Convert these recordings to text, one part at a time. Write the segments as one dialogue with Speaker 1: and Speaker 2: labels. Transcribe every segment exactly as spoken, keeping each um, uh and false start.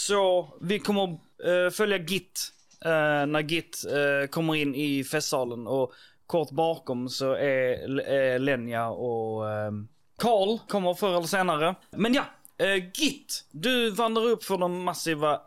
Speaker 1: Så vi kommer uh, följa Git uh, när Git uh, kommer in i festsalen. Och kort bakom så är, är Lenja och uh, Carl kommer förr eller senare. Men ja, uh, Git, du vandrar upp för de massiva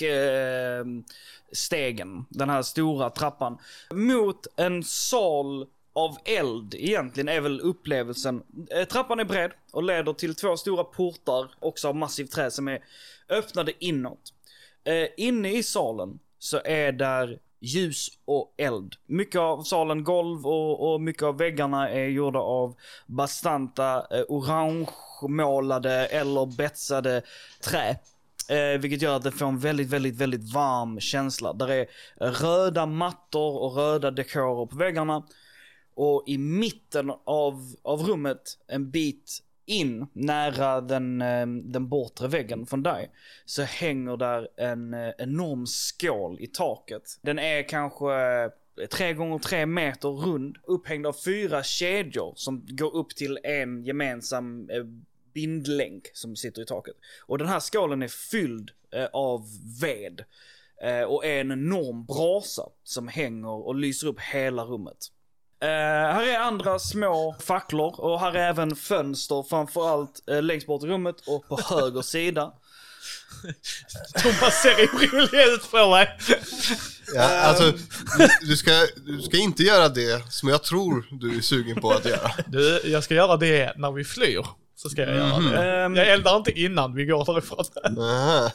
Speaker 1: ekstegen, uh, den här stora trappan, mot en sal av eld. Egentligen är väl upplevelsen. Uh, trappan är bred och leder till två stora portar, också av massivt trä, som är öppnade inåt. Uh, inne i salen så är där ljus och eld. Mycket av salen, golv och, och mycket av väggarna är gjorda av bastanta eh, orange målade eller betsade trä. Eh, vilket gör att det får en väldigt, väldigt, väldigt varm känsla. Där är röda mattor och röda dekorer på väggarna. Och i mitten av, av rummet, en bit in nära den, den bortre väggen från dig, så hänger där en enorm skål i taket. Den är kanske tre gånger tre meter rund, upphängd av fyra kedjor som går upp till en gemensam bindlänk som sitter i taket. Och den här skålen är fylld av ved och är en enorm brasa som hänger och lyser upp hela rummet. Uh, här är andra små facklor och här är även fönster, framförallt uh, längst bort i rummet och på höger sida.
Speaker 2: Thomas ser orolig ut för mig.
Speaker 3: Ja, alltså, du, du, ska, du ska inte göra det som jag tror du är sugen på att göra.
Speaker 2: Du, jag ska göra det när vi flyr. Så ska jag göra
Speaker 3: Mm.
Speaker 2: det.
Speaker 1: Um,
Speaker 2: Jag eldar inte innan vi går därifrån.
Speaker 3: Aha.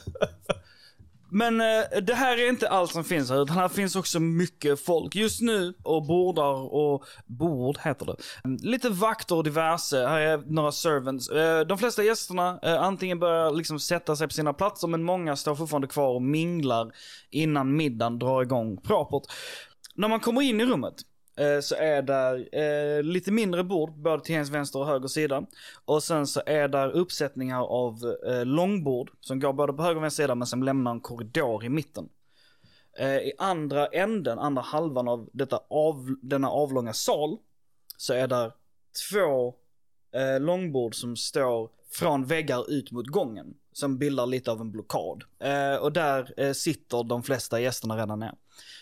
Speaker 1: Men uh, det här är inte allt som finns här, utan här finns också mycket folk just nu, och bordar och bord heter det. Um, lite vakter och diverse, här är några servants. Uh, de flesta gästerna uh, antingen börjar liksom sätta sig på sina platser, men många står fortfarande kvar och minglar innan middagen drar igång propert. När man kommer in i rummet uh, så är där uh, lite mindre bord, både till ens vänster och höger sida. Och sen så är där uppsättningar av uh, långbord som går både på höger och vänster sida, men som lämnar en korridor i mitten. Uh, I andra änden, andra halvan av detta av, denna avlånga sal, så är där två uh, långbord som står från väggar ut mot gången, som bildar lite av en blockad. Uh, och där uh, sitter de flesta gästerna redan ner.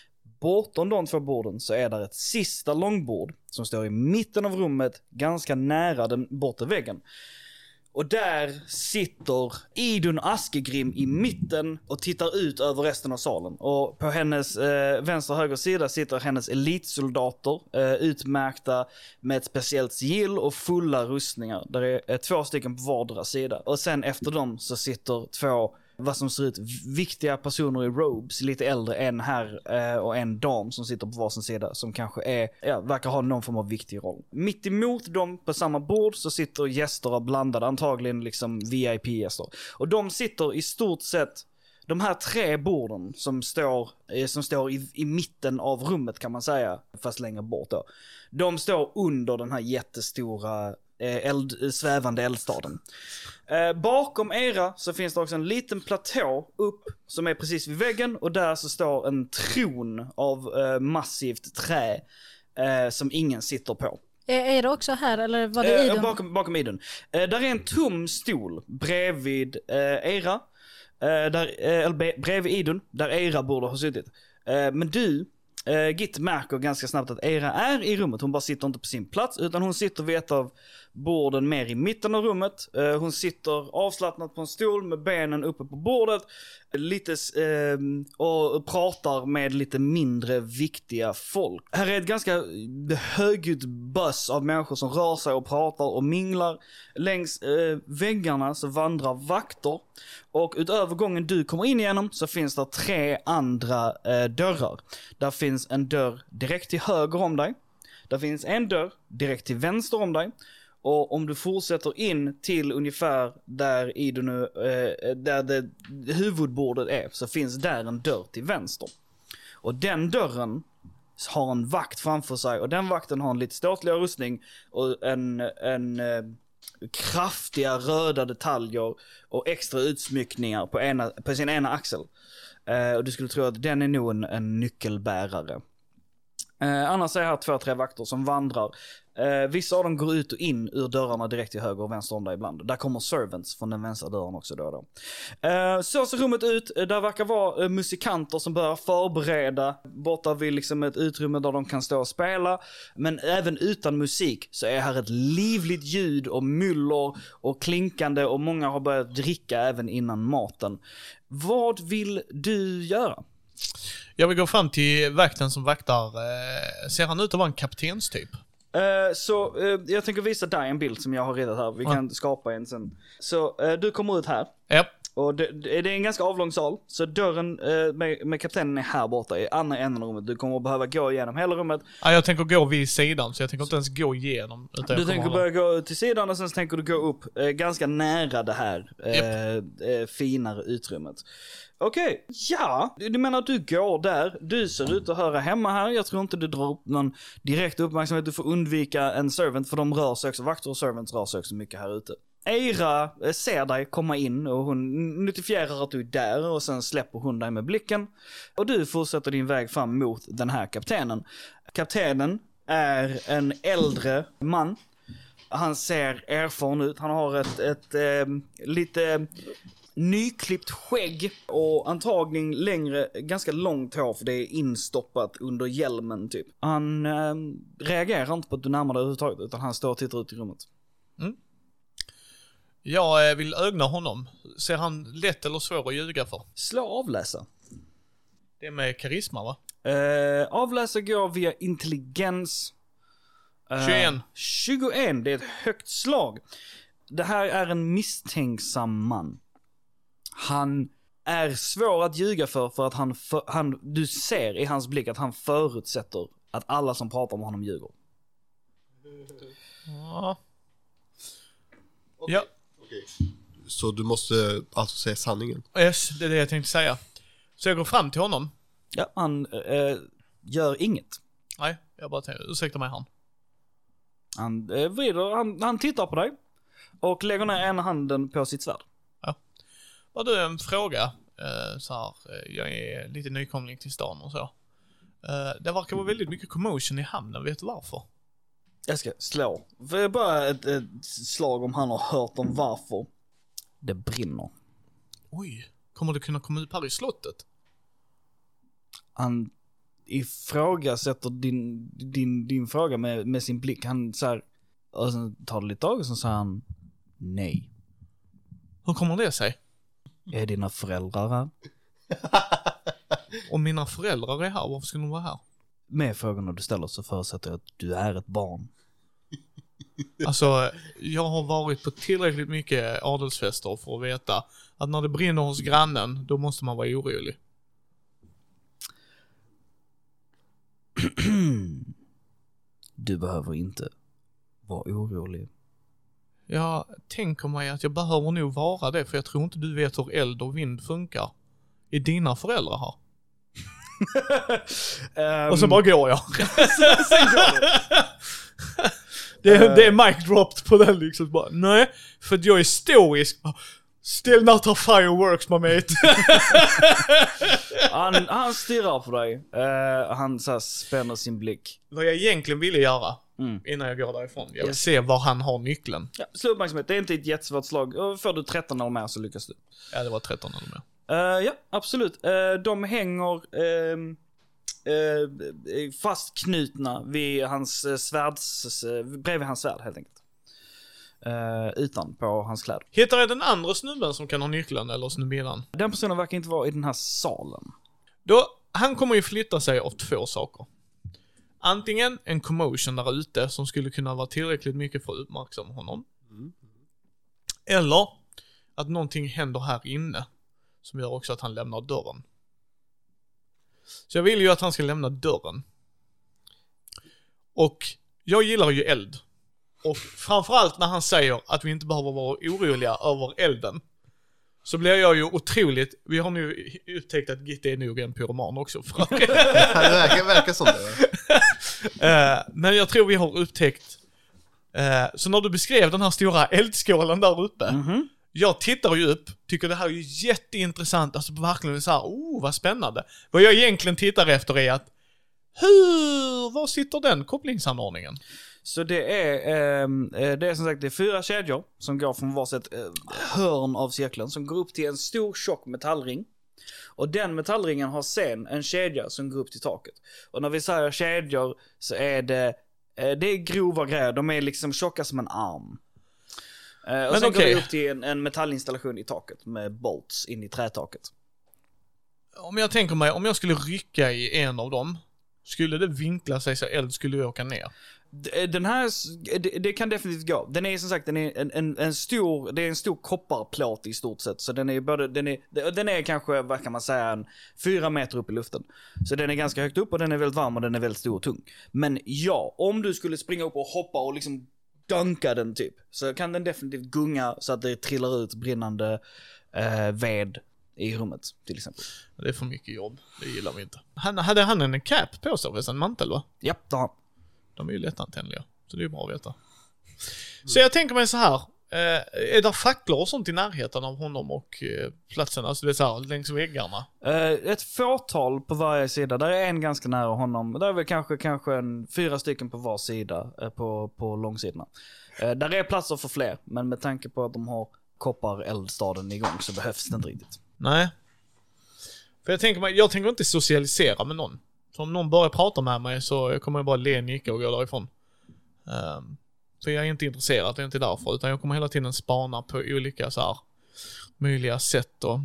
Speaker 1: Bortom de två borden så är där ett sista långbord som står i mitten av rummet, ganska nära den bortre väggen. Och där sitter Idun Askegrim i mitten och tittar ut över resten av salen. Och på hennes eh, vänstra och höger sida sitter hennes elitsoldater eh, utmärkta med ett speciellt sigill och fulla rustningar. Där är eh, två stycken på vardera sida. Och sen efter dem så sitter två, vad som ser ut, viktiga personer i robes, lite äldre, en här eh, och en dam som sitter på varsin sida, som kanske är, ja, verkar ha någon form av viktig roll. Mitt emot dem på samma bord så sitter gäster av blandade, antagligen liksom V I P-gäster. Och de sitter i stort sett, de här tre borden som står, eh, som står i, i mitten av rummet kan man säga, fast längre bort då. De står under den här jättestora Eld, svävande eldstaden. Eh, bakom era så finns det också en liten platå upp som är precis vid väggen, och där så står en tron av eh, massivt trä eh, som ingen sitter på.
Speaker 4: Är, är det också här eller var det Idun?
Speaker 1: Eh, bakom, bakom Idun. Eh, där är en tom stol bredvid eh, era. Eh, där, eh, eller bredvid Idun, där era borde ha suttit. Eh, men du Uh, Git märker ganska snabbt att Era är i rummet. Hon bara sitter inte på sin plats, utan hon sitter vid ett av borden mer i mitten av rummet. Uh, hon sitter avslappnat på en stol med benen uppe på bordet, lite uh, och pratar med lite mindre viktiga folk. Här är ett ganska högljutt buss av människor som rör sig och pratar och minglar. Längs uh, väggarna så vandrar vakter, och utöver gången du kommer in igenom så finns det tre andra uh, dörrar. Där finns en dörr direkt till höger om dig. Där finns en dörr direkt till vänster om dig. Och om du fortsätter in till ungefär där i du nu, eh, där det huvudbordet är, så finns där en dörr till vänster. Och den dörren har en vakt framför sig, och den vakten har en lite ståtligare rustning och en, en eh, kraftiga röda detaljer och extra utsmyckningar på, ena, på sin ena axel. Uh, och du skulle tro att den är nog en, en nyckelbärare. Uh, annars är här två, tre vakter som vandrar Eh, vissa av dem går ut och in ur dörrarna direkt till höger och vänster om dig ibland. Där kommer servants från den vänstra dörren också då och då. Eh, så ser rummet ut. Där verkar vara eh, musikanter som börjar förbereda. Borta vid liksom ett utrymme där de kan stå och spela. Men även utan musik så är här ett livligt ljud och myller och klinkande. Och många har börjat dricka även innan maten. Vad vill du göra?
Speaker 2: Jag vill gå fram till vakten som vaktar. Eh, ser han ut att vara en kaptenstyp?
Speaker 1: Uh, så uh, jag tänker visa dig en bild som jag har ritat här. Vi
Speaker 2: ja.
Speaker 1: kan skapa en sen. Så uh, du kommer ut här.
Speaker 2: Ja.
Speaker 1: Och det, det är en ganska avlång sal. Så dörren uh, med, med kaptenen är här borta i andra änden av rummet. Du kommer att behöva gå igenom hela rummet.
Speaker 2: Ja, jag tänker gå vid sidan så jag tänker inte ens gå igenom. Utan
Speaker 1: Du
Speaker 2: jag
Speaker 1: tänker
Speaker 2: hålla.
Speaker 1: börja gå till sidan och sen tänker du gå upp uh, ganska nära det här uh,
Speaker 2: Yep.
Speaker 1: uh, finare utrymmet. Okej, okay. Ja, du menar att du går där, du ser ut att höra hemma här, jag tror inte du drar upp någon direkt uppmärksamhet, du får undvika en servant för de rör sig också, vakter och servants rör sig också mycket här ute. Eira ser dig komma in och hon notifierar att du är där och sen släpper hon dig med blicken. Och du fortsätter din väg fram mot den här kaptenen. Kaptenen är en äldre man. Han ser erfaren ut, han har ett, ett eh, lite... nyklippt skägg och antagligen längre, ganska långt hår för det är instoppat under hjälmen typ. Han äh, reagerar inte på att du närmar dig överhuvudtaget utan han står och tittar ut i rummet.
Speaker 2: Mm. Jag vill ögna honom. Ser han lätt eller svår att ljuga för?
Speaker 1: Slå avläsa.
Speaker 2: Det är med karisma va?
Speaker 1: Äh, avläsa går via intelligens. Äh,
Speaker 2: tjugoett.
Speaker 1: tjugoett, det är ett högt slag. Det här är en misstänksam man. Han är svår att ljuga för för att han, för, han du ser i hans blick att han förutsätter att alla som pratar om honom ljuger.
Speaker 2: Ja.
Speaker 3: Okay.
Speaker 2: Ja.
Speaker 3: Okay. Så du måste alltså säga sanningen?
Speaker 2: Yes, det är det jag tänkte säga. Så jag går fram till honom.
Speaker 1: Ja, han äh, gör inget.
Speaker 2: Nej, jag bara tänkte, ursäkta mig han.
Speaker 1: Han äh, vrider, han, han tittar på dig och lägger ner ena handen på sitt svärd.
Speaker 2: Ja. Var du en fråga? Eh, så här, jag är lite nykomling till stan och så. Eh, det verkar vara väldigt mycket commotion i hamnen, vet du varför?
Speaker 1: Jag ska slå. För jag bara ett, ett slag om han har hört om varför. Det brinner.
Speaker 2: Oj, kommer du kunna komma upp här i slottet?
Speaker 1: Han ifrågasätter din, din, din fråga med, med sin blick. Han så här, och sen tar det lite tag och så säger han nej.
Speaker 2: Hur kommer det sig?
Speaker 1: Är dina föräldrar här?
Speaker 2: Om mina föräldrar är här, varför ska de vara här?
Speaker 1: Med frågorna du ställer så förutsätter jag att du är ett barn.
Speaker 2: Alltså, jag har varit på tillräckligt mycket adelsfester för att veta att när det brinner hos grannen, då måste man vara orolig.
Speaker 1: Du behöver inte vara orolig.
Speaker 2: Jag tänker mig att jag behöver nog vara det, för jag tror inte du vet hur eld och vind funkar. Är dina föräldrar här?
Speaker 1: um,
Speaker 2: och så bara går jag.
Speaker 1: sen går du.
Speaker 2: det, är, uh, det är mic dropped på den liksom. Bara, nej, för att jag är stoisk. Still not a fireworks, my mate.
Speaker 1: han, han stirrar på dig. Uh, han så här spänner sin blick.
Speaker 2: Vad jag egentligen ville göra
Speaker 1: mm.
Speaker 2: innan jag går därifrån. Jag vill
Speaker 1: yes.
Speaker 2: se var han har nyckeln.
Speaker 1: Ja, slå uppmärksamhet. Det är inte ett jättesvårt slag. Får du tretton eller mer så lyckas du.
Speaker 2: Ja, det var tretton eller mer.
Speaker 1: Uh, ja, absolut. Uh, de hänger uh, uh, fastknutna vid hans uh, svärds, uh, bredvid hans svärd helt enkelt. Uh, utan på hans kläder.
Speaker 2: Hittar jag den andra snubben som kan ha nyckeln eller snubbinan?
Speaker 1: Den personen verkar inte vara i den här salen.
Speaker 2: Då, han kommer ju flytta sig av två saker. Antingen en commotion där ute som skulle kunna vara tillräckligt mycket för att uppmärksamma honom. Mm. Eller att någonting händer här inne som gör också att han lämnar dörren. Så jag vill ju att han ska lämna dörren. Och jag gillar ju eld. Och framförallt när han säger att vi inte behöver vara oroliga över elden, så blir jag ju otroligt... Vi har nu upptäckt att Gitte är nog en pyroman också.
Speaker 3: Det verkar, verkar som det.
Speaker 2: Men jag tror vi har upptäckt... Så när du beskrev den här stora eldskålen där uppe, mm-hmm. jag tittar ju upp, tycker det här är ju jätteintressant. Alltså verkligen så här, oh vad spännande. Vad jag egentligen tittar efter är att hur, var sitter den kopplingsanordningen?
Speaker 1: Så det är, eh, det är som sagt det är fyra kedjor som går från varsitt eh, hörn av cirkeln som går upp till en stor tjock metallring. Och den metallringen har sen en kedja som går upp till taket. Och när vi säger kedjor så är det, eh, det är grova grejer. De är liksom tjocka som en arm. Eh, och
Speaker 2: Men
Speaker 1: sen
Speaker 2: okej.
Speaker 1: går det upp till en, en metallinstallation i taket med bolts in i trätaket.
Speaker 2: Om jag tänker mig, om jag skulle rycka i en av dem, skulle det vinkla sig så eld skulle åka ner?
Speaker 1: Den här, det, det kan definitivt gå. Den är som sagt, den är en, en, en stor, det är en stor kopparplåt i stort sett. Så den är både, den är, den är kanske, vad kan man säga, en fyra meter upp i luften. Så den är ganska högt upp och den är väldigt varm och den är väldigt stor och tung. Men ja, om du skulle springa upp och hoppa och liksom dunka den typ, så kan den definitivt gunga så att det trillar ut brinnande eh, ved i rummet till exempel.
Speaker 2: Det är för mycket jobb, det gillar vi inte. Han, hade han en cap på sig, en mantel va?
Speaker 1: Japp, det har han.
Speaker 2: De är ju lättantändliga, så det är ju bra att veta. Så jag tänker mig så här, eh, är det facklor och sånt i närheten av honom och eh, platsen, alltså det är så här, längs väggarna?
Speaker 1: Uh, ett fåtal på varje sida. Där är en ganska nära honom. Där är väl kanske, kanske en, fyra stycken på var sida uh, på, på långsidorna. Uh, där är platser för fler, men med tanke på att de har koppar eldstaden igång så behövs det inte riktigt.
Speaker 2: Nej. För jag tänker mig, jag tänker inte socialisera med någon. Så om någon börjar prata med mig så kommer jag bara le, nicka och gå därifrån. Um, för jag är inte intresserad, det är inte därför. Utan jag kommer hela tiden spana på olika så här möjliga sätt. Och, uh,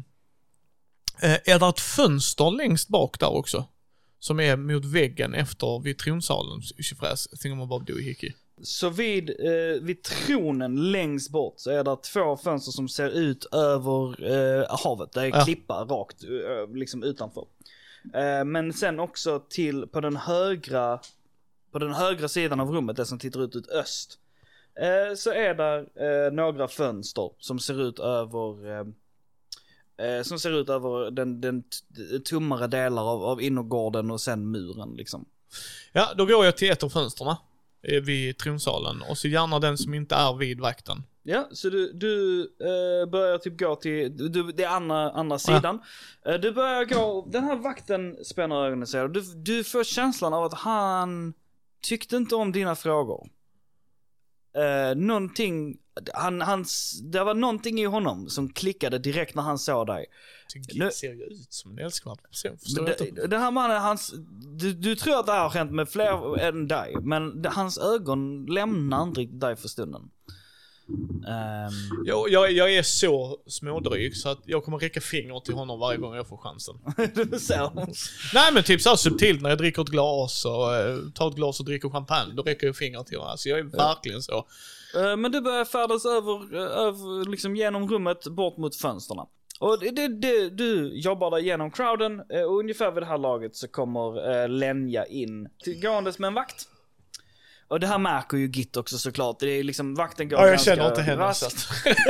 Speaker 2: är det ett fönster längst bak där också? Som är mot väggen efter vid tronsalen, tjofräs, Thingamabob Doohickey.
Speaker 1: Så vid, eh, vid tronen längst bort så är det två fönster som ser ut över eh, havet. Det är
Speaker 2: Ja.
Speaker 1: klippa rakt eh, liksom utanför. Eh, men sen också till på den högra på den högra sidan av rummet, det som tittar ut ut öst. Eh, så är där eh, några fönster som ser ut över eh, eh, som ser ut över den, den t- tummare delar av, av innergården och sen muren liksom.
Speaker 2: Ja, då går jag till ett av fönsterna eh, vid tronsalen. Och så gärna den som inte är vid vakten.
Speaker 1: Ja, så du, du eh, börjar typ gå till du, det är andra, andra sidan. Eh, du börjar gå, den här vakten spänner ögonen och säger, du, du får känslan av att han tyckte inte om dina frågor. Eh, någonting, han, hans, det var någonting i honom som klickade direkt när han såg dig.
Speaker 2: Det ser ju ut som en älskvärd person, förstår
Speaker 1: Men
Speaker 2: jag inte.
Speaker 1: det, den här mannen, hans, du, du tror att det här har hänt med fler än dig, men det, hans ögon lämnar inte riktigt dig för stunden. Um,
Speaker 2: Jag, jag, jag är så smådryg så att jag kommer räcka finger till honom varje gång jag får chansen.
Speaker 1: du ser.
Speaker 2: Nej men typ så här subtilt när jag dricker ett glas och eh, tar ett glas och dricker champagne, då räcker jag finger till honom. Alltså jag är verkligen så.
Speaker 1: Uh, men du börjar färdas över, uh, över liksom genom rummet bort mot fönsterna. Och det, det, det, du jobbar där genom crowden uh, och ungefär vid det här laget så kommer uh, Lenja in till, gåendes med en vakt. Och det här märker ju Git också såklart. Det är liksom, vakten går
Speaker 2: Ja, jag
Speaker 1: ganska
Speaker 2: känner inte henne.
Speaker 1: raskt.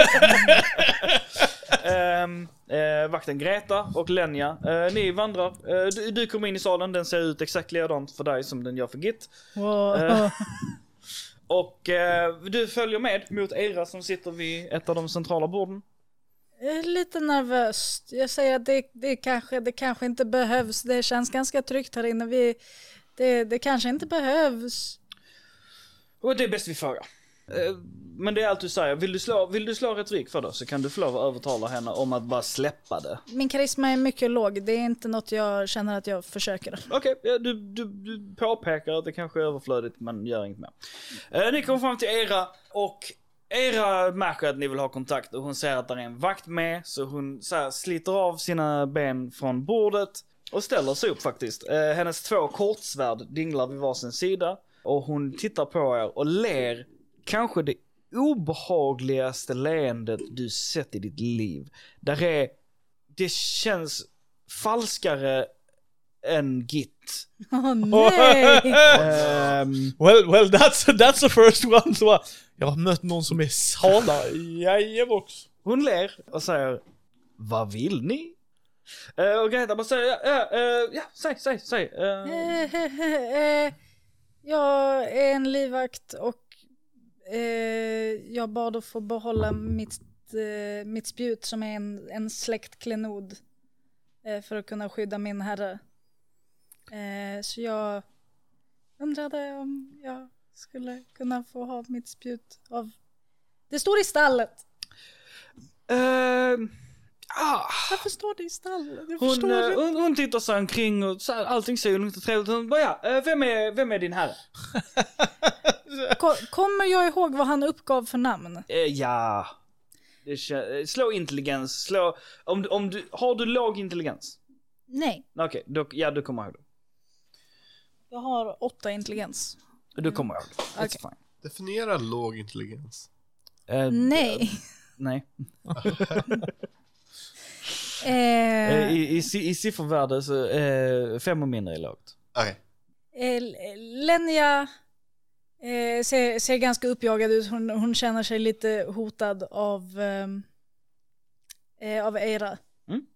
Speaker 1: um, uh, vakten Greta och Lenja, uh, ni vandrar. Uh, du, du kommer in i salen, den ser ut exakt likadant för dig som den gör för Git.
Speaker 4: Wow.
Speaker 1: Uh, och uh, du följer med mot Eira som sitter vid ett av de centrala borden.
Speaker 4: Jag är lite nervös. Jag säger att det, det, kanske, det kanske inte behövs. Det känns ganska tryggt här inne. Vi, det, det kanske inte behövs.
Speaker 1: Och det är bäst vi frågar. Uh, men det är allt du säger. Vill du slå, vill du slå retorik för det så kan du få lov att övertala henne om att bara släppa det.
Speaker 4: Min karisma är mycket låg. Det är inte något jag känner att jag försöker.
Speaker 1: Okej, okay, du, du, du påpekar att det kanske är överflödigt men gör inget mer. Uh, ni kommer fram till Eira och Eira märker att ni vill ha kontakt och hon säger att det är en vakt med, så hon så här, sliter av sina ben från bordet och ställer sig upp faktiskt. Uh, hennes två kortsvärd dinglar vid varsin sida och hon tittar på er och ler kanske det obehagligaste leendet du sett i ditt liv. Där är, det känns falskare än Git.
Speaker 4: Åh oh, nej!
Speaker 1: um,
Speaker 2: Well, well that's, that's the first one. Så jag har mött någon som är sana. Jajebox.
Speaker 1: Hon ler och säger, vad vill ni? Uh, och Greta bara säger, ja, uh, uh, ja, säg, säg, säg. Uh.
Speaker 4: Jag är en livvakt och eh, jag bad att få behålla mitt, eh, mitt spjut som är en, en släktklenod eh, för att kunna skydda min herre. Eh, så jag undrade om jag skulle kunna få ha mitt spjut av... Det står i stallet.
Speaker 1: Uh, ah.
Speaker 4: Varför står det i stallet? Jag
Speaker 1: Hon,
Speaker 4: förstår
Speaker 1: uh,
Speaker 4: inte.
Speaker 1: hon, hon tittar sig omkring och så här, allting ser ju lugnt och trevligt. Hon bara, ja, uh, vem, är, vem är din herre?
Speaker 4: Ko- Kommer jag ihåg vad han uppgav för namn?
Speaker 1: Uh, ja, det kä- slå intelligens. Slå, om, du, om du, har du låg intelligens?
Speaker 4: Nej,
Speaker 1: Okej, okay, ja du kommer ihåg det.
Speaker 4: jag har åtta intelligens.
Speaker 1: Du kommer ihåg det. It's
Speaker 4: Okej.
Speaker 1: fine.
Speaker 3: Definiera låg intelligens.
Speaker 1: Uh,
Speaker 4: Nej.
Speaker 1: Nej.
Speaker 4: eh,
Speaker 1: Uh, i, i, I siffervärde så uh, fem och mindre är lågt.
Speaker 3: Okej.
Speaker 4: eh, Lenja eh, ser, ser ganska uppjagad ut. Hon, hon känner sig lite hotad av, ehm, eh, av Eira.
Speaker 1: Mm.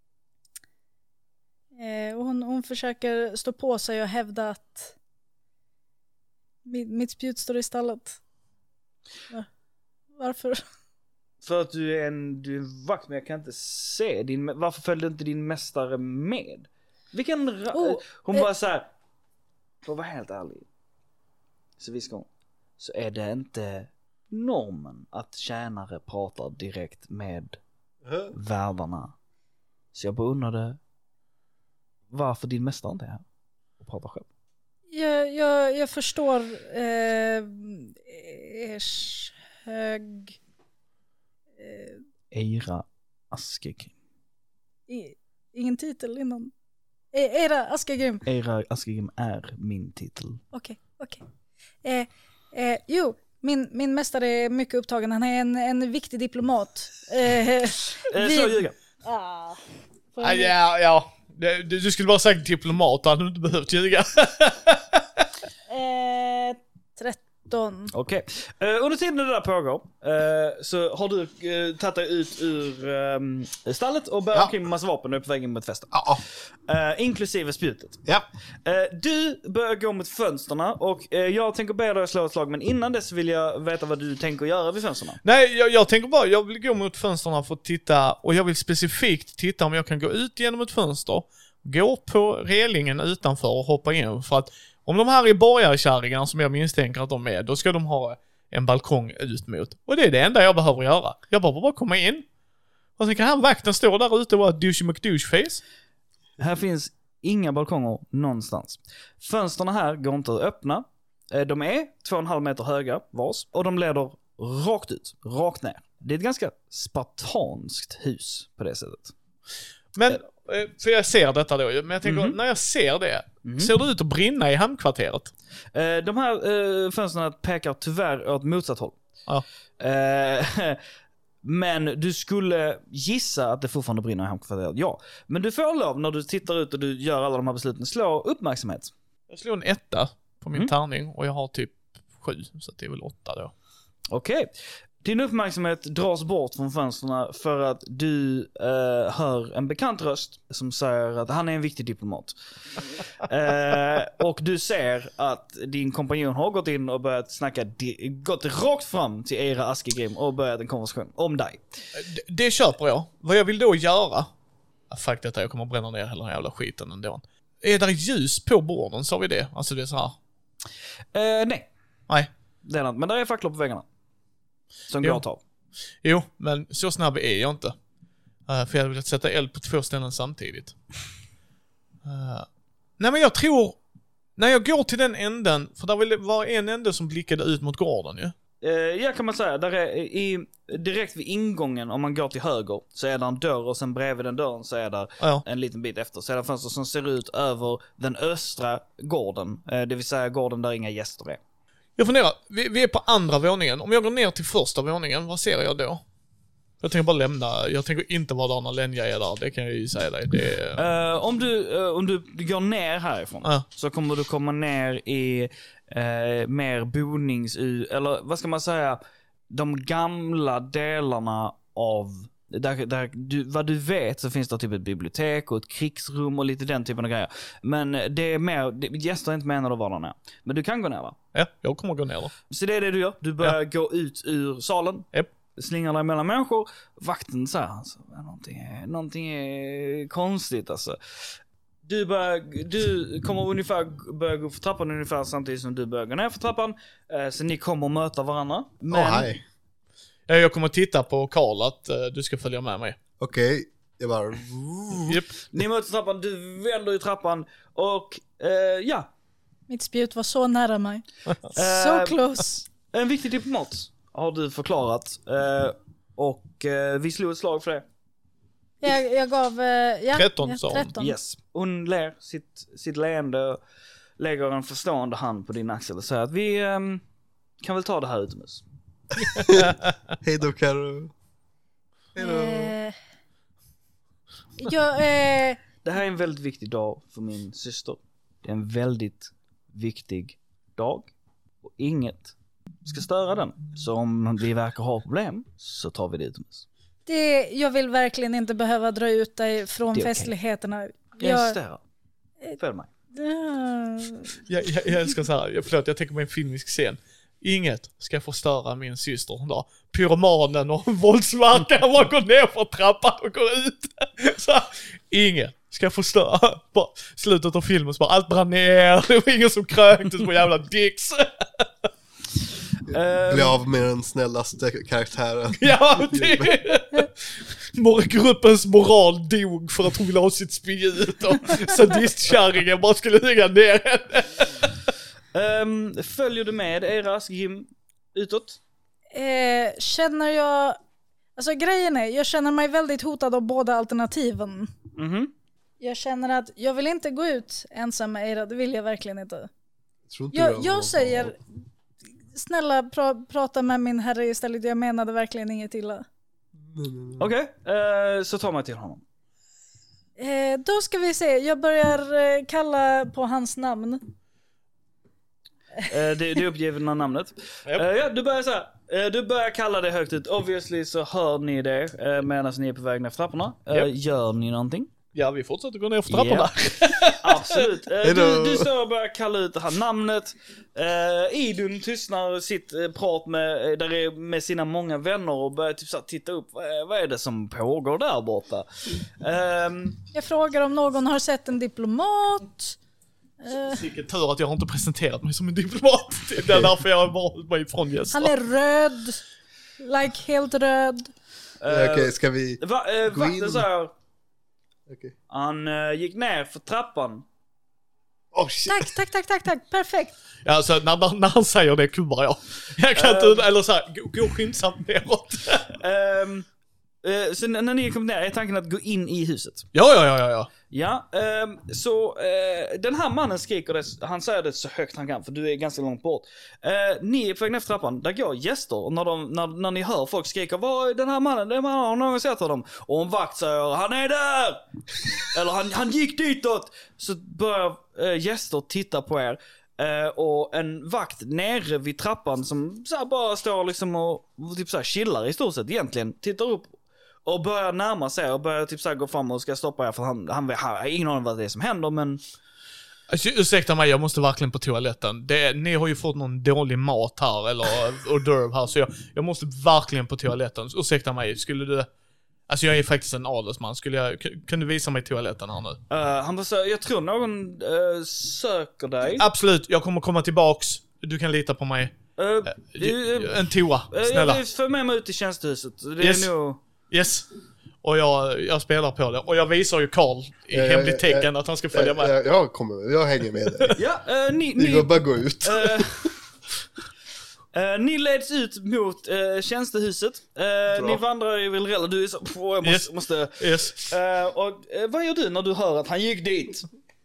Speaker 4: Eh, och hon, hon försöker stå på sig och hävda att mitt, mitt spjut står i stallet. Va? Varför?
Speaker 1: För att du är en, du är en vakt, men jag kan inte se din, varför följde inte din mästare med? Vilken ra-
Speaker 4: Oh,
Speaker 1: hon
Speaker 4: eh.
Speaker 1: bara så här. För att vara helt ärlig, så viskar hon, så är det inte normen att tjänare pratar direkt med
Speaker 3: Uh-huh.
Speaker 1: värdarna. Så jag bara undrade varför din mästare inte är här och pratar själv.
Speaker 4: Jag, jag, jag förstår eh, ers hög... Eh,
Speaker 1: Eira Askegrim.
Speaker 4: i, ingen titel innan. Eh, Era Askegrim.
Speaker 1: Eira Askegrim är min titel.
Speaker 4: Okej, okej. Eh, eh, jo, min, min mästare är mycket upptagen. Han är en, en viktig diplomat. Eh,
Speaker 1: Eh,
Speaker 4: vi-
Speaker 1: Så ljuga.
Speaker 4: Ah, får
Speaker 2: Ja,
Speaker 4: jag-
Speaker 2: ja. ja. Det- Du, du skulle bara sagt diplomat, då hade du inte behövt ljuga.
Speaker 4: Eh, tretton.
Speaker 1: Okej. Eh, under tiden det där pågår eh, så har du uh, tagit dig ut ur um, stallet och börjat
Speaker 3: Ja.
Speaker 1: omkring med massa vapen och är på vägen mot festen.
Speaker 3: Ja.
Speaker 1: Eh, inklusive spjutet.
Speaker 3: Ja.
Speaker 1: Eh, du börjar gå mot fönsterna och eh, jag tänker be dig slå ett slag, men innan dess vill jag veta vad du tänker göra vid fönsterna.
Speaker 2: Nej, jag, jag tänker bara, jag vill gå mot fönsterna för att titta, och jag vill specifikt titta om jag kan gå ut genom ett fönster, gå på relingen utanför och hoppa in, för att om de här är borgarkärringar som jag misstänker att de är, då ska de ha en balkong ut mot. Och det är det enda jag behöver göra. Jag behöver bara komma in. Och sen kan han vakten stå där ute och vara douchey McDouche-face.
Speaker 1: Här finns inga balkonger någonstans. Fönsterna här går inte att öppna. Eh, de är två och en halv meter höga vars och de leder rakt ut, rakt ner. Det är ett ganska spartanskt hus på det sättet.
Speaker 2: Men, eh, för jag ser detta då, men jag tänker,
Speaker 1: Mhm.
Speaker 2: när jag ser det, ser det ut att brinna i hamnkvarteret?
Speaker 1: Eh, de här eh, fönsterna pekar tyvärr åt motsatt håll.
Speaker 2: Ja.
Speaker 1: Eh, men du skulle gissa att det fortfarande brinner i hamnkvarteret, ja. Men du får lov när du tittar ut och du gör alla de här besluten, slå uppmärksamhet.
Speaker 2: Jag slår en etta på min
Speaker 1: Mm.
Speaker 2: tärning och jag har typ sju, så det är väl åtta då.
Speaker 1: Okej. Din uppmärksamhet dras bort från fönsterna för att du eh, hör en bekant röst som säger att han är en viktig diplomat. eh, och du ser att din kompanjon har gått in och börjat snacka, di- gått rakt fram till Eira Askegrim och börjat en konversation om dig.
Speaker 2: Det, det köper jag. Vad jag vill då göra, ah, fuck detta, jag kommer bränna ner hela den här jävla skiten ändå. Är där ljus på borden, sa vi det? Alltså det är så här.
Speaker 1: Eh, nej,
Speaker 2: Nej.
Speaker 1: det är det inte. Men där är facklor på väggarna. Som
Speaker 2: Jo.
Speaker 1: går att ta av.
Speaker 2: Jo, men så snabb är jag inte. Uh, för jag hade velat sätta eld på två ställen samtidigt. Uh, nej men jag tror, när jag går till den änden, för där vill vara en ände som blickade ut mot gården ju.
Speaker 1: Eh, ja, kan man säga. Där är i, direkt vid ingången, om man går till höger, så är det en dörr och sen bredvid den dörren så är det
Speaker 2: Ja.
Speaker 1: en liten bit efter. Så är det fönster som ser ut över den östra gården. Eh, det vill säga gården där inga gäster är.
Speaker 2: Jag funderar, vi, vi är på andra våningen. Om jag går ner till första våningen, vad ser jag då? Jag tänker bara lämna, jag tänker inte vara där när Lenja är där, det kan jag ju säga dig. Det är...
Speaker 1: Eh, om du, eh, om du går ner härifrån
Speaker 2: Ja.
Speaker 1: så kommer du komma ner i eh, mer bonings... Eller vad ska man säga? De gamla delarna av... Där, där du, vad du vet så finns det typ ett bibliotek och ett krigsrum och lite den typen av grejer. Men det är mer... Det, gäster är inte med när du var där nere. Men du kan gå ner, va?
Speaker 2: Ja, jag kommer gå ner då.
Speaker 1: Så det är det du gör. Du börjar gå ut ur salen.
Speaker 2: Japp.
Speaker 1: Slingrar dig mellan människor. Vakten säger alltså, någonting är, någonting är konstigt alltså. Du, börjar, du kommer ungefär börja gå för trappan ungefär samtidigt som du börjar gå ner för trappan. Eh, så ni kommer att möta varandra. Men...
Speaker 3: Åh, hej.
Speaker 2: Ja, jag kommer att titta på Karl att uh, du ska följa med mig.
Speaker 3: Okej, okay. Jag bara...
Speaker 2: Yep.
Speaker 1: Ni möter trappan, du vänder i trappan och eh, ja.
Speaker 4: Mitt spjut var så nära mig. So close.
Speaker 1: En viktig diplomat har du förklarat. Eh, och eh, vi slog ett slag för det.
Speaker 4: Jag, jag gav... Eh, ja,
Speaker 2: tretton
Speaker 4: ja,
Speaker 2: sa hon.
Speaker 4: tretton.
Speaker 1: Yes. Hon ler sitt, sitt leende, lägger en förstående hand på din axel och säger att vi eh, kan väl ta det här utomhus.
Speaker 3: Hej då, Karo. Hej då.
Speaker 4: Eh, jag, eh,
Speaker 1: Det här är en väldigt viktig dag för min syster. Det är en väldigt viktig dag. Och inget ska störa den. Så om vi verkar ha problem så tar vi det utomhus.
Speaker 4: det, jag vill verkligen inte behöva dra ut dig från
Speaker 1: Det är okej.
Speaker 4: festligheterna.
Speaker 1: Jag
Speaker 4: Jag,
Speaker 1: insisterar. Följ mig.
Speaker 4: uh,
Speaker 2: Jag, jag, jag älskar så här, förlåt, jag tänker på en filmisk scen. Inget ska förstöra min syster då. Pyromanen och våldsverkaren bara går ner för trappan och går ut. Så här, inget ska förstöra. Bara, slutet av filmen så bara allt brann ner. Det var ingen som kröktes på jävla dicks.
Speaker 3: Bli av med den snällaste karaktären.
Speaker 2: Ja, det Mor- gruppens moral dog för att hon ville ha sitt spjut och sadistkärringen bara skulle lägga ner henne.
Speaker 1: Um, följer du med Eras Gim utåt?
Speaker 4: eh, känner jag... Alltså grejen är, jag känner mig väldigt hotad av båda alternativen.
Speaker 1: Mhm.
Speaker 4: Jag känner att jag vill inte gå ut ensam med Eira, det vill jag verkligen inte.
Speaker 3: Tror inte
Speaker 4: Jag, jag säger, snälla pra, prata med min herre istället, jag menade verkligen inget illa.
Speaker 1: Okej, okay. uh, så tar man till honom.
Speaker 4: Eh, då ska vi se, jag börjar eh, kalla på hans namn.
Speaker 1: Uh, det, det är uppgivna namnet.
Speaker 2: Yep.
Speaker 1: Uh, ja, du börjar så här. Uh, du börjar kalla det högt ut. Obviously så hör ni det uh, medan ni är på väg ner för trapporna. Uh,
Speaker 2: Yep.
Speaker 1: Gör ni någonting?
Speaker 2: Ja, vi fortsätter gå ner för trapporna.
Speaker 1: Absolut. Uh,
Speaker 3: Hejdå.
Speaker 1: du, du står och börjar kalla ut det här namnet. Uh, Idun tystnar sitt uh, prat med, uh, där är med sina många vänner och börjar typ så här, titta upp. Uh, vad är det som pågår där borta? Uh,
Speaker 4: Jag frågar om någon har sett en diplomat. Eh,
Speaker 2: Vilken tur att jag har inte presenterat mig som en diplomat. Det är därför jag har varit mig ifrån gäster.
Speaker 4: han är röd. Like helt röd.
Speaker 3: Okej, okay, ska vi...
Speaker 1: va, uh,
Speaker 3: Gå in.
Speaker 1: vakten säger
Speaker 3: Okay.
Speaker 1: han uh, gick ner för trappan.
Speaker 3: Oh, shit.
Speaker 4: Tack, tack, tack, tack, tack. Perfekt.
Speaker 2: Ja, alltså, när, när, när han säger det kubbar jag. Jag kan inte, eller så här, gå, gå skyndsamt neråt.
Speaker 1: Um, uh, så n- när ni kommer ner är tanken att gå in i huset.
Speaker 2: Ja, ja, ja, ja, ja.
Speaker 1: Ja, ehm, så eh, den här mannen skriker det, han säger det så högt han kan för du är ganska långt bort. Eh, ni är på väg ner för trappan, där går gäster och när, de, när, när ni hör folk skrika vad är den här mannen, den mannen har någon sett honom? Och en vakt säger han är där! Eller han, han gick ditåt! Så börjar eh, gäster titta på er. Eh, och en vakt nere vid trappan som så här bara står liksom och, och typ så här chillar i stort sett egentligen, tittar upp och börjar närma sig och börjar typ så här gå fram och ska stoppa er för han, han, han har ingen aning vad det är som händer men...
Speaker 2: Alltså, ursäkta mig, jag måste verkligen på toaletten. Det, ni har ju fått någon dålig mat här eller hors här så jag, jag måste verkligen på toaletten. Ursäkta mig, skulle du... Alltså jag är faktiskt en adelsman, skulle jag... Kan du visa mig toaletten här nu?
Speaker 1: Uh, han bara säger, jag tror någon uh, söker dig.
Speaker 2: Absolut, jag kommer komma tillbaks. Du kan lita på mig.
Speaker 1: Uh,
Speaker 2: Uh, en toa,
Speaker 1: uh,
Speaker 2: snälla.
Speaker 1: Jag för med mig ut i tjänstehuset. Det
Speaker 2: Yes.
Speaker 1: är nog...
Speaker 2: Yes. Och jag, jag spelar på det. Och jag visar ju Karl i
Speaker 3: Eh,
Speaker 2: hemligt
Speaker 3: eh,
Speaker 2: tecken att han ska följa med.
Speaker 3: Jag, jag kommer, jag hänger med dig.
Speaker 1: Ja, uh, ni...
Speaker 3: Vi
Speaker 1: ni
Speaker 3: går bara gå ut.
Speaker 1: uh, uh, ni leds ut mot uh, tjänstehuset. Uh, ni vandrar ju väl relativt... Du är så... Oh, jag måste...
Speaker 2: Yes.
Speaker 1: måste
Speaker 2: Yes.
Speaker 1: uh, och uh, vad gör du när du hör att han gick dit?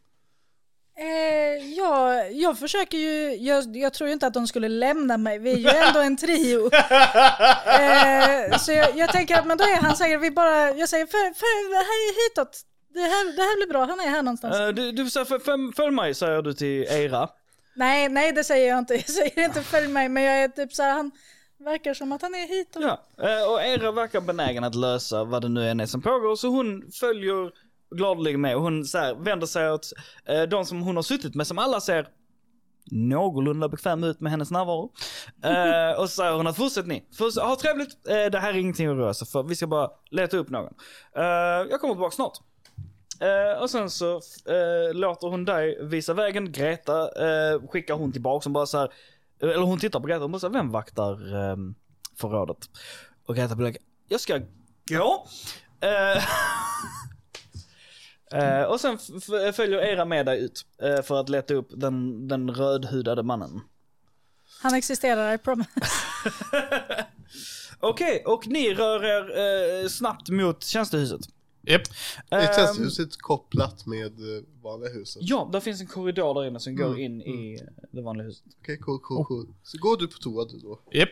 Speaker 4: Eh, ja, jag försöker ju, jag, jag tror ju inte att de skulle lämna mig, vi är ju ändå en trio. eh, så jag, jag tänker att, men då är han säkert, vi bara, jag säger, för, för, här hitåt, det här, det här blir bra, han är här någonstans.
Speaker 1: Uh, du du säger, följ, följ mig, säger du till Eira.
Speaker 4: Nej, nej det säger jag inte, jag säger inte följ mig, men jag är typ så här, han verkar som att han är hitåt.
Speaker 1: Ja, uh, och Eira verkar benägen att lösa vad det nu än är som pågår, så hon följer gladeligen med och hon så här, vänder sig åt uh, de som hon har suttit med som alla ser någorlunda bekväm ut med hennes närvaro. Uh, och så säger hon att fortsätt ni. För, ha trevligt, uh, det här är ingenting att röra sig för. Vi ska bara leta upp någon. Uh, jag kommer tillbaka snart. Uh, och sen så uh, låter hon dig visa vägen. Greta uh, skickar hon tillbaka som bara så här, eller hon tittar på Greta och bara så här, vem vaktar um, förrådet? Och Greta blir like, jag ska gå. Uh, uh, och sen f- följer Eira med dig ut uh, för att leta upp den, den rödhudade mannen.
Speaker 4: Han existerar, I promise.
Speaker 1: Okej, okay, och ni rör er uh, snabbt mot tjänstehuset.
Speaker 2: Japp.
Speaker 3: Är tjänstehuset kopplat med vanliga huset?
Speaker 1: Ja, där finns en korridor där inne som
Speaker 3: Mm,
Speaker 1: går in
Speaker 3: mm.
Speaker 1: i det vanliga huset.
Speaker 3: Okej, okay, cool, cool, cool. Så går du på toa du då?
Speaker 2: Japp.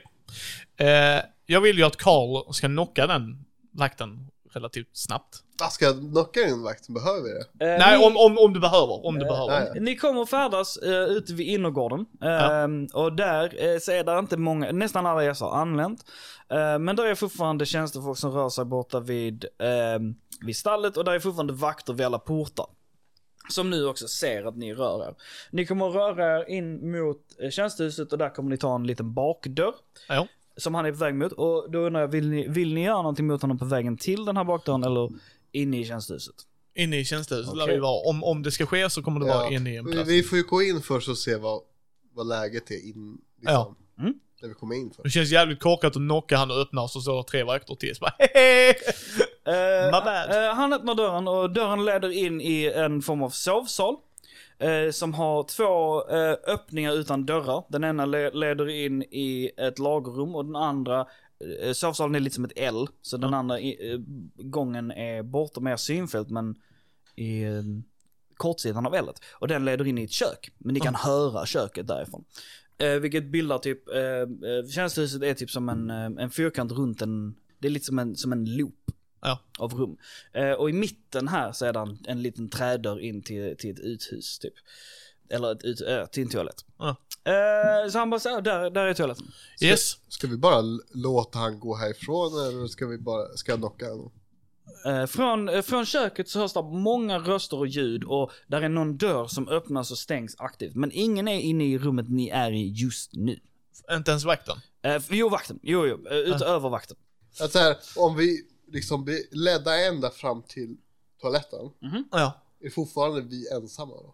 Speaker 2: Eh, jag vill ju att Carl ska knocka den vakten relativt snabbt.
Speaker 3: Ah, ska jag knocka in vakten? Behöver vi det?
Speaker 1: Uh,
Speaker 2: Nej,
Speaker 1: ni,
Speaker 2: om, om, om du behöver. Om du
Speaker 1: Eh,
Speaker 2: behöver.
Speaker 3: nej.
Speaker 1: ni kommer att färdas uh, ute vid innergården. Uh,
Speaker 2: Ja.
Speaker 1: Och där uh, så är det inte många, nästan alla gäster har anlänt. Uh, men där är fortfarande tjänstefolk som rör sig borta vid, uh, vid stallet. Och där är fortfarande vakter vid alla portar. Som nu också ser att ni rör er. Ni kommer att röra er in mot uh, tjänstehuset och där kommer ni ta en liten bakdörr.
Speaker 2: Ja.
Speaker 1: Som han är på väg mot. Och då undrar jag, vill ni, vill ni göra någonting mot honom på vägen till den här bakdörren eller inne i tjänstehuset?
Speaker 2: Inne i tjänstehuset
Speaker 1: Okej.
Speaker 2: lär det ju vara. Om, om det ska ske så kommer det vara inne i en
Speaker 3: vi,
Speaker 2: plats.
Speaker 3: vi får ju gå in först och se vad, vad läget är in, liksom,
Speaker 2: Ja.
Speaker 1: Mm.
Speaker 3: när vi kommer in
Speaker 2: Det
Speaker 3: först.
Speaker 2: känns jävligt korkat att knocka han och öppna och så står det tre vakter till. Så bara, hehe.
Speaker 1: Eh,
Speaker 2: My bad.
Speaker 1: eh, han öppnar dörren och dörren leder in i en form av sovsal. Eh, som har två eh, öppningar utan dörrar. Den ena le- leder in i ett lagerrum och den andra, eh, sovsalen är lite som ett L. Så den andra i, eh, gången är bortom mer synfält men i eh, kortsidan av L:et. Och den leder in i ett kök. Men ni kan höra köket därifrån. Eh, vilket bildar typ, eh, eh, tjänstehuset är typ som en, eh, en fyrkant runt en, det är lite som en, som en loop.
Speaker 2: Ja.
Speaker 1: Av rum. Eh, och i mitten här så är det en, en liten trädörr in till, till ett uthus typ. Eller ett ut, äh, till en toalett.
Speaker 2: Ja.
Speaker 1: Eh, så han bara säger, där, där är toaletten.
Speaker 2: Yes.
Speaker 3: Ska vi bara l- låta han gå härifrån eller ska vi bara, ska jag knocka honom?
Speaker 1: Eh, från, eh, från köket så hörs det många röster och ljud och där är någon dörr som öppnas och stängs aktivt. Men ingen är inne i rummet ni är i just nu.
Speaker 2: Inte ens vakten.
Speaker 1: Eh, jo, vakten. Jo, jo. Eh, utöver vakten.
Speaker 3: Att så här, om vi liksom blir ledda ända fram till toaletten,
Speaker 2: Ja.
Speaker 3: är fortfarande vi ensamma då?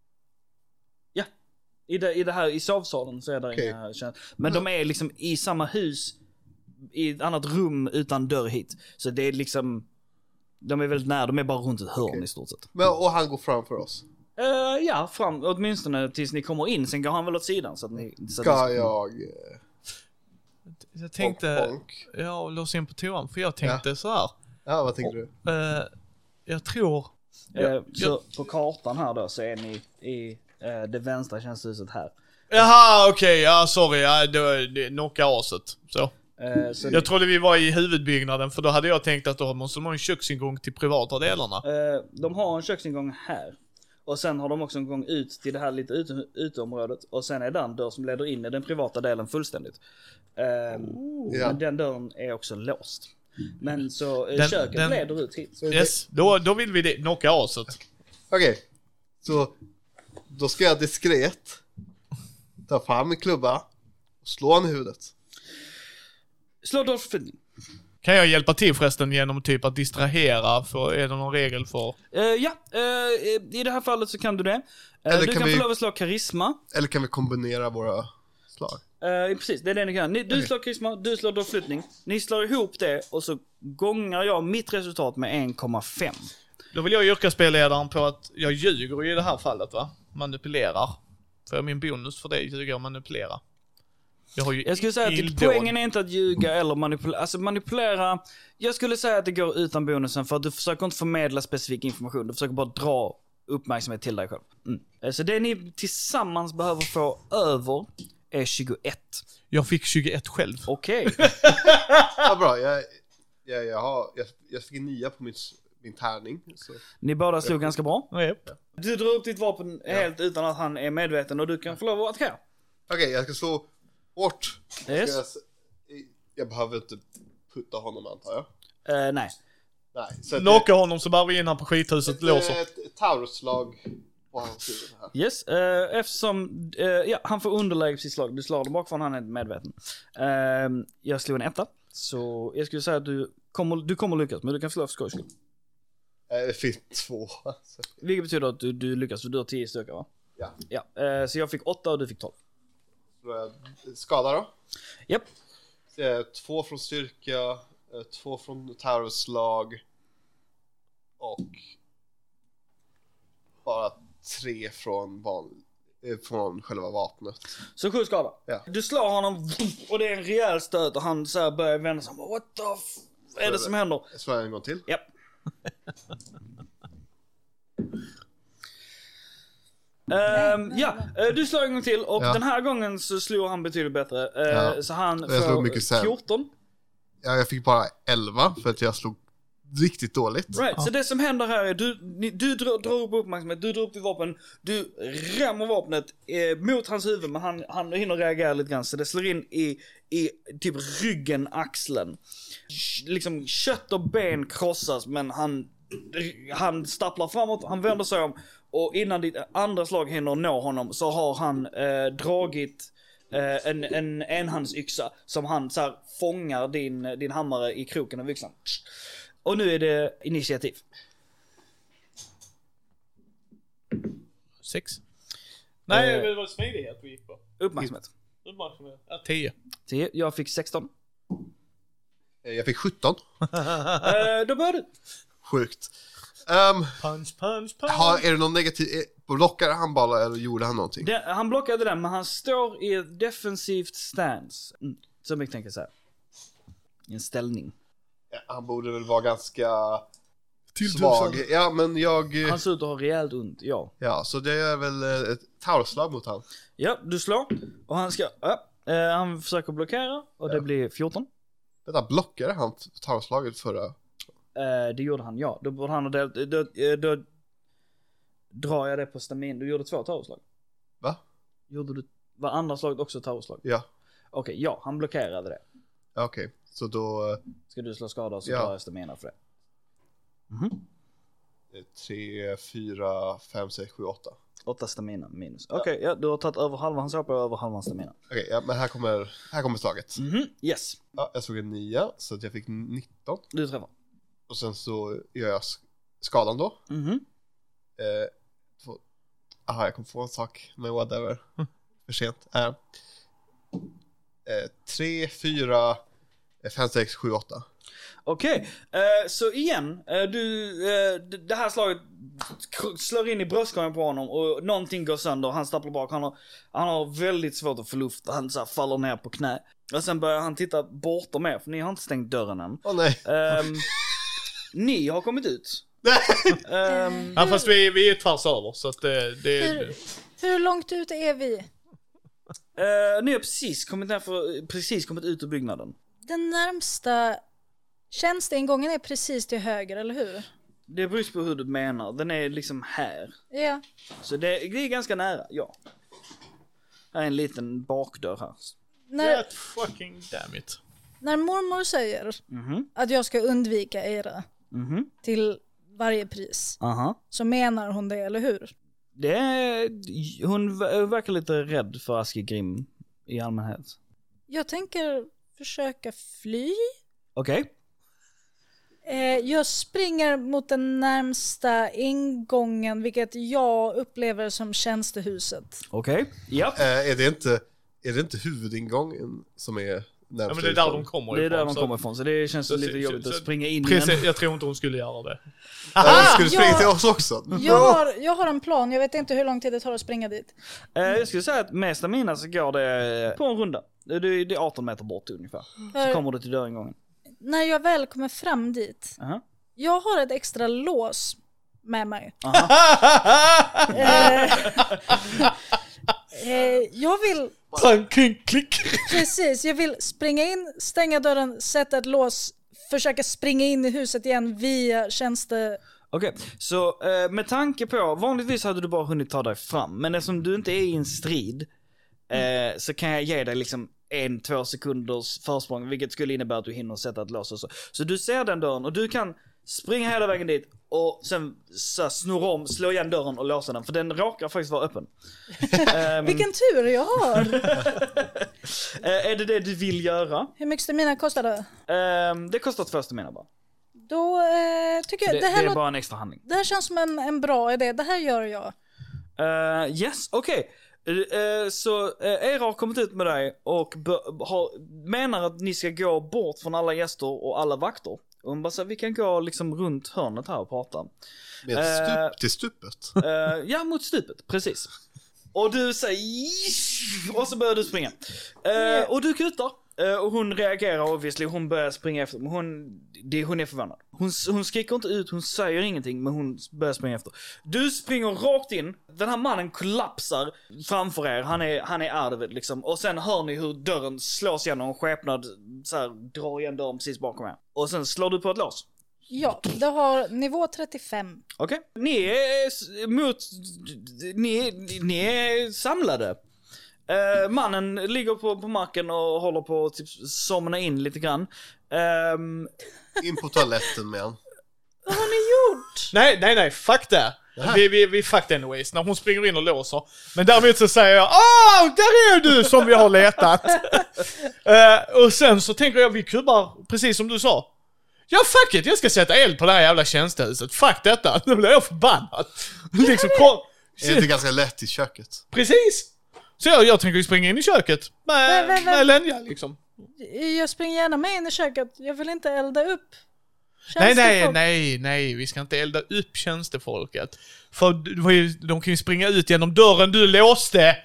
Speaker 1: I det, i det här, i sovsalen så är det
Speaker 3: Okej.
Speaker 1: inga tjänster. Men de är liksom i samma hus, i ett annat rum utan dörr hit. Så det är liksom, de är väldigt nära, de är bara runt ett hörn
Speaker 3: Okej.
Speaker 1: i stort sett.
Speaker 3: Men, och han går framför oss.
Speaker 1: Uh, ja, fram, åtminstone tills ni kommer in, sen går han väl åt sidan så att ni... Så
Speaker 3: Ska
Speaker 1: att ni,
Speaker 3: jag... eh,
Speaker 2: Jag tänkte,
Speaker 3: Honk, honk.
Speaker 2: ja, låsa in på toan. För jag tänkte så här.
Speaker 3: Ja, vad tänkte du?
Speaker 2: Eh, jag tror...
Speaker 1: Eh, så
Speaker 2: jag-
Speaker 1: på kartan här då så är ni i eh, det vänstra tjänstehuset här.
Speaker 2: Jaha, okej, ja sorry, ja, det, det knocka aset. Så.
Speaker 1: Eh, så
Speaker 2: Jag trodde vi var i huvudbyggnaden, för då hade jag tänkt att då måste de ha en köksingång till privata delarna.
Speaker 1: Eh, de har en köksingång här. Och sen har de också en gång ut till det här lite ute, uteområdet. Och sen är det en dörr som leder in i den privata delen fullständigt. Eh,
Speaker 3: Ja.
Speaker 1: Men den dörren är också låst. Men så eh,
Speaker 2: Den-
Speaker 1: köket
Speaker 2: den-
Speaker 1: leder ut hit.
Speaker 3: Så det-
Speaker 2: Yes, då, då vill vi det, knocka aset.
Speaker 3: Okej, så då ska jag diskret ta fram min klubba och slå han i huvudet.
Speaker 1: Slå dörrförflyttning.
Speaker 2: Kan jag hjälpa till förresten genom typ att distrahera? För är det någon regel för...
Speaker 1: Eh, ja, eh, i det här fallet så kan du det. Eh,
Speaker 3: Eller
Speaker 1: du
Speaker 3: kan
Speaker 1: kan
Speaker 3: vi-
Speaker 1: få lov att slå karisma.
Speaker 3: Eller kan vi kombinera våra slag?
Speaker 1: Eh, precis, det är det ni kan. Ni, du
Speaker 3: Okej.
Speaker 1: slår karisma, du slår dörrflyttning. Ni slår ihop det och så gångar jag mitt resultat med en komma fem.
Speaker 2: Då vill jag yrka spelledaren på att jag ljuger i det här fallet, va? Manipulerar. Får jag min bonus för det, ljuga och manipulera? Jag har ju
Speaker 1: Jag skulle säga att
Speaker 2: illdåd.
Speaker 1: poängen är inte att ljuga eller manipulera. Alltså manipulera, jag skulle säga att det går utan bonusen för att du försöker inte förmedla specifik information. Du försöker bara dra uppmärksamhet till dig själv. Mm. Eh, Så det ni tillsammans behöver få över är tjugoett.
Speaker 2: Jag fick tjugoett själv.
Speaker 1: Okej.
Speaker 3: Ja, bra. Jag, jag, jag, har, jag, jag fick en nia på min, min tärning. Så.
Speaker 1: Ni båda slog ganska bra.
Speaker 2: Yep.
Speaker 1: Du drar upp ditt vapen helt utan att han är medveten och du kan få lov att attackera.
Speaker 3: Okej, jag ska slå hårt.
Speaker 1: Yes.
Speaker 3: Ska jag, s- jag behöver inte putta honom, antar jag.
Speaker 1: Eh, nej.
Speaker 3: Nej, så att
Speaker 2: Knocka honom så bara vi in här på skithuset,
Speaker 3: ett,
Speaker 2: låser.
Speaker 3: ett, ett Taurus-slag på hans huvud här.
Speaker 1: Yes, eh, eftersom eh, ja, han får underläge på sitt slag. Du slår det bakifrån, han är inte medveten. Eh, jag slog en etta. Så jag skulle säga att du kommer, du kommer lyckas, men du kan slå för skojs skull.
Speaker 3: Det finns två. Alltså.
Speaker 1: Vilket betyder att du, du lyckas, för du har tio stycken va?
Speaker 3: Ja.
Speaker 1: Ja. Eh, så jag fick åtta och du fick tolv.
Speaker 3: Skada då?
Speaker 1: Japp.
Speaker 3: Yep. Två från styrka, två från terrorslag och bara tre från, van, från själva vapnet.
Speaker 1: Så sju skada.
Speaker 3: Ja.
Speaker 1: Du slår honom och det är en rejäl stöt och han så här börjar vända sig. What the f... är det som händer?
Speaker 3: Jag slår en gång till.
Speaker 1: Japp. Um, ja, du slår en gång till och
Speaker 3: ja.
Speaker 1: den här gången så slår han betydligt bättre. Uh,
Speaker 3: ja.
Speaker 1: Så han
Speaker 3: jag slog mycket
Speaker 1: får fjorton.
Speaker 3: Ja, jag fick bara elva för att jag slog riktigt dåligt.
Speaker 1: Right,
Speaker 3: ja.
Speaker 1: Så det som händer här är du, du drar, drar upp uppmärksamhet, du drar upp ditt vapen, du rämmer vapnet eh, mot hans huvud, men han, han hinner reagera lite grann, så det slår in i, i typ ryggen, axeln. Liksom kött och ben krossas, men han, han stapplar framåt, han vänder sig om, och innan ditt andra slag hinner nå honom så har han eh, dragit eh, en, en enhandsyxa som han så här fångar din, din hammare i kroken av yxan. Och nu är det initiativ.
Speaker 2: Sex. Nej,
Speaker 1: Eh,
Speaker 2: det var smidighet vi gick på.
Speaker 1: Uppmärksamhet.
Speaker 2: Uppmärksamhet. Ja, tio.
Speaker 1: tio. Jag fick sexton.
Speaker 3: Jag fick sjutton.
Speaker 1: eh, då börjar du.
Speaker 3: Sjukt. Um,
Speaker 2: punch, punch, punch.
Speaker 3: Har, är det någon negativ... Blockade han bara eller gjorde han någonting?
Speaker 1: Det, han blockade den, men han står i ett defensivt stance. Mm, så mycket tänker jag säga. I en ställning.
Speaker 3: Ja, han borde väl vara ganska
Speaker 2: Tilltusen.
Speaker 3: svag. Ja, men jag...
Speaker 1: Han ser ut att ha rejält ont, ja.
Speaker 3: Ja, så det är väl ett towerslag mot han.
Speaker 1: Ja, du slår. Och han ska... Ja, eh, han försöker blockera. Och
Speaker 3: Ja.
Speaker 1: det blir fjorton.
Speaker 3: Vänta, blockade han towerslaget förra?
Speaker 1: Eh, det gjorde han, ja. Då borde han ha delt... Då, då, då drar jag det på stamin. Du gjorde två towerslag.
Speaker 3: Va?
Speaker 1: Gjorde du... Var andra slaget också towerslag?
Speaker 3: Ja.
Speaker 1: Okej, okay, ja. Han blockerade det.
Speaker 3: Okej, okay. Så då...
Speaker 1: Ska du slå skada så
Speaker 3: Ja.
Speaker 1: drar jag stamina för det. Mhm.
Speaker 3: tre, fyra, fem, sex, sju, åtta.
Speaker 1: åtta stamina minus. Okej, okay, ja. Du har tagit över halva hans H P och över halva hans stamina.
Speaker 3: Okej, okay, ja, men här kommer, här kommer slaget.
Speaker 1: Mhm, yes.
Speaker 3: Ja, jag slog en nia, så att jag fick nitton.
Speaker 1: Du träffar.
Speaker 3: Och sen så gör jag sk- skadan då.
Speaker 1: Mhm.
Speaker 3: Eh, två... Aha, jag kommer få en sak, men whatever. För sent. Eh, eh, tre, fyra, fem, sex, sju, åtta.
Speaker 1: Okej, okay. uh, så igen, uh, du, uh, det här slaget slår in i bröstkorgen på honom och någonting går sönder, han stapplar bak, han har, han har väldigt svårt att få luft, han så här faller ner på knä. Och sen börjar han titta bortom er, för ni har inte stängt dörren än.
Speaker 3: Åh oh, nej.
Speaker 1: Um, ni har kommit ut. um,
Speaker 2: Ja, fast vi, vi är tvärs över, så att det... det
Speaker 4: Hur, hur långt ut är vi?
Speaker 1: uh, ni har precis kommit, ner för, precis kommit ut ur byggnaden.
Speaker 4: Den närmsta tjänsteingången är precis till höger, eller hur?
Speaker 1: Det beror på hur du menar, den är liksom här.
Speaker 4: Ja.
Speaker 1: Så det, det är ganska nära, ja. Här är en liten bakdörr här.
Speaker 4: När,
Speaker 2: God fucking damn it.
Speaker 4: när mormor säger
Speaker 1: Mhm,
Speaker 4: att jag ska undvika era
Speaker 1: mhm,
Speaker 4: till varje pris,
Speaker 1: aha.
Speaker 4: så menar hon det, eller hur?
Speaker 1: Det är, hon ver- verkar lite rädd för Askegrim i allmänhet.
Speaker 4: Jag tänker försöka fly.
Speaker 1: Okej.
Speaker 4: Eh, jag springer mot den närmsta ingången, vilket jag upplever som tjänstehuset.
Speaker 1: Okej. Ja.
Speaker 3: Eh, är det inte är det inte huvudingången som är närmast?
Speaker 2: Ja, men det är där de kommer
Speaker 1: Det är
Speaker 2: ifrån.
Speaker 1: där de
Speaker 2: så-
Speaker 1: kommer ifrån, så det känns
Speaker 2: så-
Speaker 1: lite
Speaker 2: så-
Speaker 1: jobbigt
Speaker 2: så-
Speaker 1: att springa in
Speaker 2: Precis,
Speaker 1: igen.
Speaker 2: jag tror inte hon skulle göra det.
Speaker 3: Ja, de skulle springa
Speaker 4: Ja.
Speaker 3: till oss också.
Speaker 4: Jag har, jag har en plan, jag vet inte hur lång tid det tar att springa dit.
Speaker 1: Eh, jag skulle säga att med stamina så går det på en runda. Det är, det är arton meter bort ungefär. Så
Speaker 4: För
Speaker 1: kommer du till dörringången.
Speaker 4: när jag väl kommer fram dit,
Speaker 1: Aha.
Speaker 4: jag har ett extra lås med mig.
Speaker 1: Aha.
Speaker 4: Eh, eh, jag vill,
Speaker 2: Klick, klick.
Speaker 4: precis, jag vill springa in, stänga dörren, sätta ett lås, försöka springa in i huset igen via tjänste...
Speaker 1: Okej, så eh, med tanke på, vanligtvis hade du bara hunnit ta dig fram, men eftersom du inte är i en strid eh, så kan jag ge dig liksom en, två sekunders försprång, vilket skulle innebära att du hinner sätta ett lås och så. Så du ser den dörren och du kan springa hela vägen dit och sen så snurra om, slå igen dörren och låsa den, för den råkar faktiskt vara öppen. um,
Speaker 4: Vilken tur jag har!
Speaker 1: eh, är det det du vill göra?
Speaker 4: Hur mycket stamina kostar det?
Speaker 1: Um, det kostar två stamina bara.
Speaker 4: Då eh, tycker jag...
Speaker 1: Det,
Speaker 4: Det,
Speaker 1: det,
Speaker 4: här
Speaker 1: är
Speaker 4: låter,
Speaker 1: bara en extra handling.
Speaker 4: det här känns som en, en bra idé. Det här gör jag.
Speaker 1: Uh, yes, okej. Okay. Uh, så uh, Eira har kommit ut med dig och be- har, menar att ni ska gå bort från alla gäster och alla vakter. Och hon bara så här, vi kan gå liksom runt hörnet här och prata.
Speaker 3: Med
Speaker 1: Uh,
Speaker 3: stup till stupet.
Speaker 1: uh, ja, mot stupet, precis. Och du säger och så börjar du springa. Uh, och du kutar. Uh, och hon reagerar obviously, hon börjar springa efter. Men hon, det, hon är förvånad. Hon, hon skriker inte ut, hon säger ingenting, men hon börjar springa efter. Du springer rakt in. Den här mannen kollapsar framför er. Han är, han är ärvet liksom. Och sen hör ni hur dörren slås igenom och skepnad så här, drar igen dörren precis bakom er. Och sen slår du på ett lås.
Speaker 4: Ja, det har nivå trettiofem.
Speaker 1: Okej. Okay. Ni är s- mot... Ni, ni är samlade. Uh, mannen ligger på, på marken och håller på att typ somna in lite grann. Um,
Speaker 3: In på toaletten med han.
Speaker 4: Vad har ni gjort?
Speaker 2: Nej, nej, nej, fuck det. Vi, vi, vi fuck det anyways, när hon springer in och låser. Men däremot så säger jag, åh, där är du som vi har letat. uh, och sen så tänker jag, vi kubbar, precis som du sa. Ja, fuck it, jag ska sätta eld på det här jävla tjänstehuset. Fuck detta, nu blir jag förbannad. liksom, kom.
Speaker 3: Är det inte ganska lätt i köket?
Speaker 2: Precis. Så jag, jag tänker springa in i köket med,
Speaker 4: Vä- vä- vä-
Speaker 2: med Lenja liksom.
Speaker 4: Jag springer gärna med in i köket. Jag vill inte elda upp.
Speaker 2: Nej, nej,
Speaker 4: Tjänstefolk.
Speaker 2: nej, nej, vi ska inte elda upp tjänstefolket. För det var ju, de kan ju springa ut genom dörren du låste.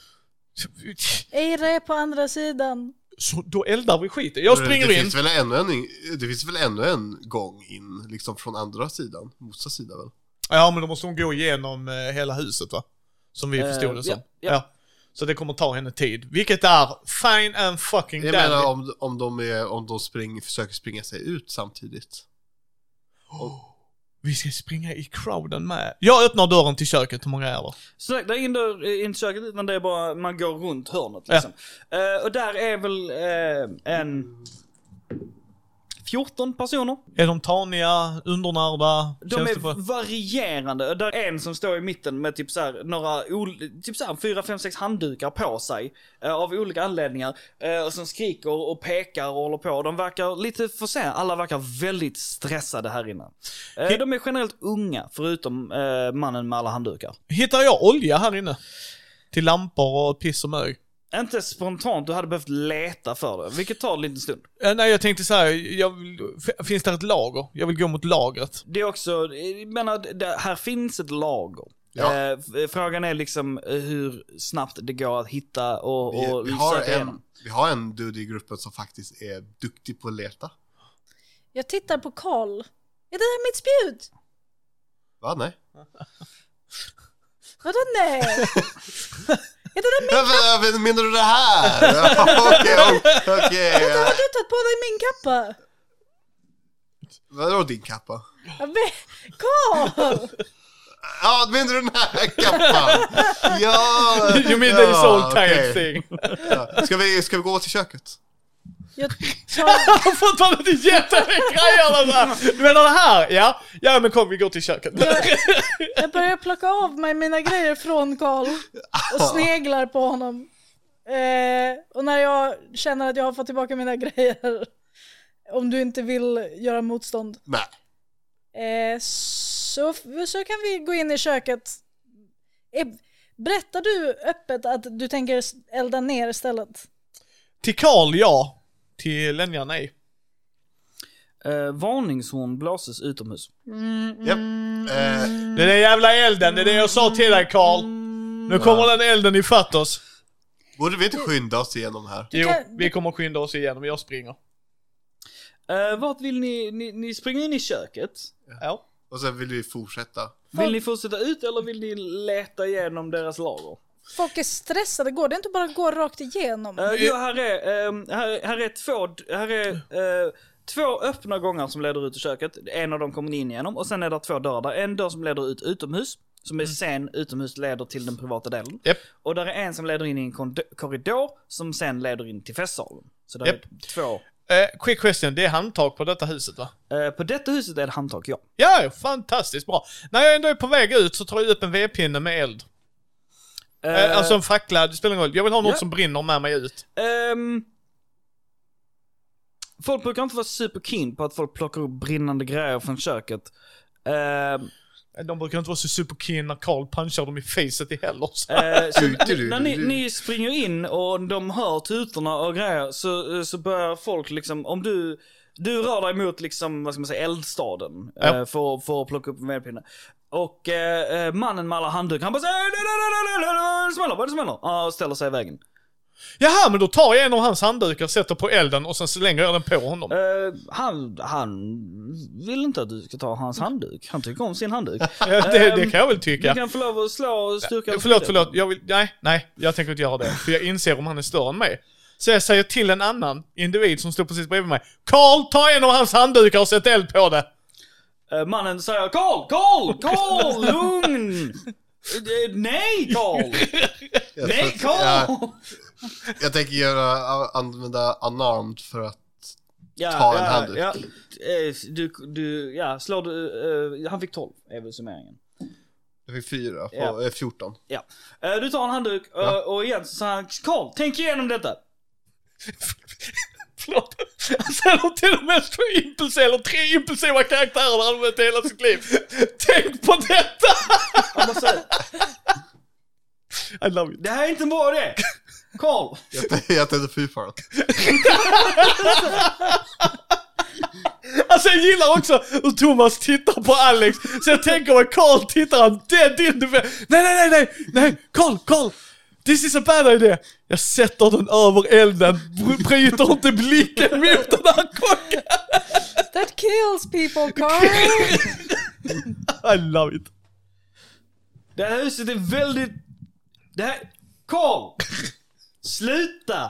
Speaker 4: Eira är på andra sidan.
Speaker 2: Så då eldar vi skiten. Jag springer
Speaker 3: det
Speaker 2: in.
Speaker 3: Finns väl ännu en, det finns väl ännu en gång in, liksom från andra sidan. Motsatt sida väl?
Speaker 2: Ja, men då måste hon gå igenom eh, hela huset, va? Som vi
Speaker 1: Eh,
Speaker 2: förstod det som.
Speaker 1: ja, ja.
Speaker 2: Så det kommer ta henne tid. Vilket är fine and fucking
Speaker 3: Jag
Speaker 2: dandy.
Speaker 3: menar om, om de, är, om de spring, försöker springa sig ut samtidigt.
Speaker 2: Oh, vi ska springa i crowden med. Jag öppnar dörren till köket, hur många är det?
Speaker 1: Så det är ingen dörr in i köket, utan det är bara, man går runt hörnet liksom. Uh, och där är väl uh, en fjorton personer.
Speaker 2: Är de taniga, undernärda?
Speaker 1: De är varierande. Där är en som står i mitten med typ så här, några ol- typ så här, fyra, fem, sex handdukar på sig uh, av olika anledningar. Uh, och som skriker och pekar och håller på. De verkar lite för sena. Alla verkar väldigt stressade här inne. Uh, de är generellt unga, förutom uh, mannen med alla handdukar.
Speaker 2: Hittar jag olja här inne? Till lampor och piss och mög?
Speaker 1: Inte spontant, du hade behövt leta för det. Vilket tar en liten stund.
Speaker 2: Eh, nej, jag tänkte så här, jag vill, f- finns det ett lager? Jag vill gå mot lagret.
Speaker 1: Det är också, jag menar, det, här finns ett lager.
Speaker 3: Ja.
Speaker 1: Eh, frågan är liksom hur snabbt det går att hitta och,
Speaker 3: Vi,
Speaker 1: och
Speaker 3: vi, har
Speaker 1: söka
Speaker 3: en,
Speaker 1: igenom.
Speaker 3: vi har en dude i gruppen som faktiskt är duktig på att leta.
Speaker 4: Jag tittar på Karl. Är det där mitt spjut?
Speaker 3: Va? Nej?
Speaker 4: Vadå nej? Är det där min...
Speaker 3: Ja, men, menar du det här? Okej, okej.
Speaker 4: Vänta, har du tagit på dig min kappa?
Speaker 3: Vadå din kappa?
Speaker 4: Ja, men... Karl!
Speaker 3: Ja, menar du den här kappan? Ja!
Speaker 2: You mean
Speaker 3: ja,
Speaker 2: this old
Speaker 3: okej.
Speaker 2: tired thing?
Speaker 3: Ja. Ska, vi, ska vi gå till köket?
Speaker 4: Jag tar...
Speaker 2: Jag har fått ta lite jättegrejerna där. Du menar det här? Ja. Ja, men kom, vi går till köket.
Speaker 4: Jag, jag börjar plocka av mig mina grejer från Karl och sneglar på honom. Eh, och när jag känner att jag har fått tillbaka mina grejer, om du inte vill göra motstånd,
Speaker 3: Nej.
Speaker 4: eh, så, så kan vi gå in i köket. Eh, berättar du öppet att du tänker elda ner istället?
Speaker 2: Till Karl, ja. Till Lenja, nej.
Speaker 1: Eh, varningshorn blåses utomhus.
Speaker 3: Japp. Eh,
Speaker 2: Det är den jävla elden, det är det jag sa till dig, Karl. Nu kommer den elden ifatt oss.
Speaker 3: borde vi inte skynda oss igenom här?
Speaker 2: Jo,
Speaker 4: kan-
Speaker 2: vi kommer skynda oss igenom, jag springer.
Speaker 1: Eh, vart vill ni, ni, ni springer in i köket?
Speaker 2: Ja.
Speaker 3: Och sen vill vi fortsätta.
Speaker 1: Vill ni fortsätta ut eller vill ni leta igenom deras lager?
Speaker 4: Folk är stressade, går det inte bara att gå rakt igenom?
Speaker 1: Uh, jo, här är, um, här, här är två, här är uh, två öppna gångar som leder ut i köket. En av dem kommer ni in igenom och sen är det två dörrar där. En dörr som leder ut utomhus, som är
Speaker 2: Mm.
Speaker 1: sen utomhus leder till den privata delen.
Speaker 2: Japp.
Speaker 1: Och där är en som leder in i en kond- korridor som sen leder in till festsalen. Så där
Speaker 2: Japp.
Speaker 1: är två.
Speaker 2: Eh, quick question, det är handtag på detta huset, va?
Speaker 1: Uh, på detta huset är det handtag, ja.
Speaker 2: Ja, fantastiskt bra. När jag ändå är på väg ut så tar jag upp en vedpinne med eld.
Speaker 1: Uh,
Speaker 2: Eh, alltså en fackla, det spelar ingen roll. Jag vill ha något
Speaker 1: ja.
Speaker 2: som brinner med mig ut.
Speaker 1: Ehm, folk brukar inte vara super keen på att folk plockar upp brinnande grejer från köket. Uh,
Speaker 2: De brukar inte vara så superkeen när Carl punchar dem i facet i heller.
Speaker 1: Uh, så när ni, ni springer in och de hör tutorna och grejer så, så börjar folk liksom, om du du rör dig mot liksom, vad ska man säga, eldstaden ja. uh, för, för att plocka upp en vedpinne. Och uh, mannen med alla handduk, han bara säger det smäller, vad det smäller? Och ställer sig i vägen.
Speaker 2: Jaha, men då tar jag en av hans handdukar, sätter på elden och sen slänger jag den på honom.
Speaker 1: Uh, han, han vill inte att du ska ta hans handduk. Han tycker om sin handduk.
Speaker 2: Ja, det, det kan jag väl tycka.
Speaker 1: Du kan få lov att slå styrka.
Speaker 2: Ja, förlåt, förlåt. Jag vill, nej, nej, jag tänker inte göra det. För jag inser om han är större än mig. Så jag säger till en annan individ som står precis bredvid mig. Carl, ta en av hans handdukar och sätt eld på det.
Speaker 1: Uh, mannen säger, Carl, Carl, Carl, lugn. uh, nej, Carl. nej, Carl.
Speaker 3: Jag, jag tänker göra, använda unarmed för att
Speaker 1: ja,
Speaker 3: ta en
Speaker 1: ja,
Speaker 3: handduk.
Speaker 1: Ja, du, du, ja, slår du, uh, han fick tolv, är väl summeringen.
Speaker 3: Jag fick fyra, på,
Speaker 1: ja.
Speaker 3: eh, fjorton.
Speaker 1: Ja. Uh, du tar en handduk uh, ja. och igen så säger han, Carl, tänk igenom detta.
Speaker 2: Förlåt. Han säger till och med två impulser eller tre impulsiva karaktärer han har använt hela sitt liv. Tänk på detta!
Speaker 1: Han bara säger,
Speaker 2: I love you.
Speaker 1: Det här är inte bra det. Carl.
Speaker 3: Jag, jag tänkte fy för det.
Speaker 2: Alltså jag gillar också hur Thomas tittar på Alex. Så jag tänker mig Carl tittar han. Det är din du. Nej, nej, nej, nej. Nej, Carl, Carl. This is a bad idea. Jag sätter den över elden. Bryter inte blicken mot den här kocken.
Speaker 4: That kills people, Carl.
Speaker 2: I love it.
Speaker 1: Det här huset är väldigt... Det här... Carl! Sluta!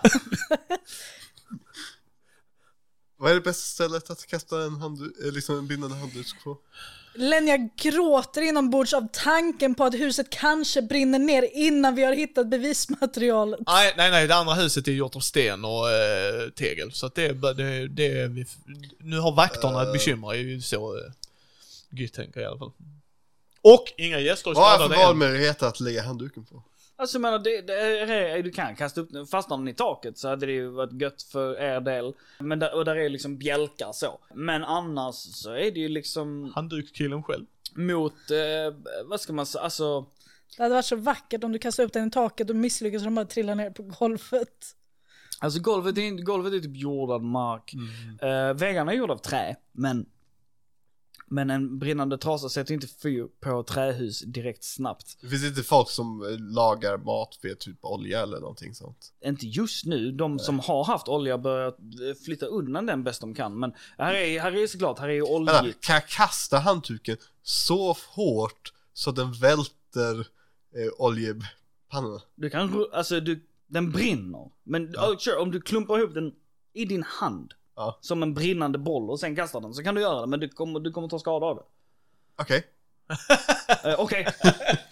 Speaker 3: Vad är det bästa stället att kasta en, handduk, liksom en bindande handduk på?
Speaker 4: Lenja gråter inombords av tanken på att huset kanske brinner ner innan vi har hittat bevismaterialet.
Speaker 2: Nej, nej, nej. Det andra huset är gjort av sten och äh, tegel. Så att det, det, det är... Vi, nu har vakterna ett bekymmer. Det är ju så... Äh, gud tänker jag i alla fall. Och inga gäster.
Speaker 3: Vad är för valmöjlighet att lägga handduken på?
Speaker 1: Alltså men det, det är, du kan kasta upp, fastnar den i taket så hade det ju varit gött för er del. Men där, och där är liksom bjälkar så. Men annars så är det ju liksom...
Speaker 2: Handdukkillen själv.
Speaker 1: Mot, eh, vad ska man säga, alltså...
Speaker 4: Det hade varit så vackert om du kastade upp den i taket och misslyckas och de bara trillar ner på golvet.
Speaker 1: Alltså golvet är, golvet är typ jordad mark. Mm. Uh, väggarna är gjorda av trä, men... Men en brinnande trasa sätter inte fyr på trähus direkt snabbt.
Speaker 3: Det finns inte folk som lagar mat för typ olja eller någonting sånt.
Speaker 1: Inte just nu. De som Nej. har haft olja börjar flytta undan den bäst de kan. Men här är, här är såklart, här är ju olja.
Speaker 3: Men, kan jag kasta handduken så hårt så den välter eh, oljepannan?
Speaker 1: Du kan, alltså du, den brinner. Men ja. oh, sure, om du klumpar ihop den i din hand. Ja. Som en brinnande boll och sen kastar den så kan du göra det, men du kommer, du kommer ta skada av det.
Speaker 3: Okej.
Speaker 1: Okay. uh, Okej. Okay.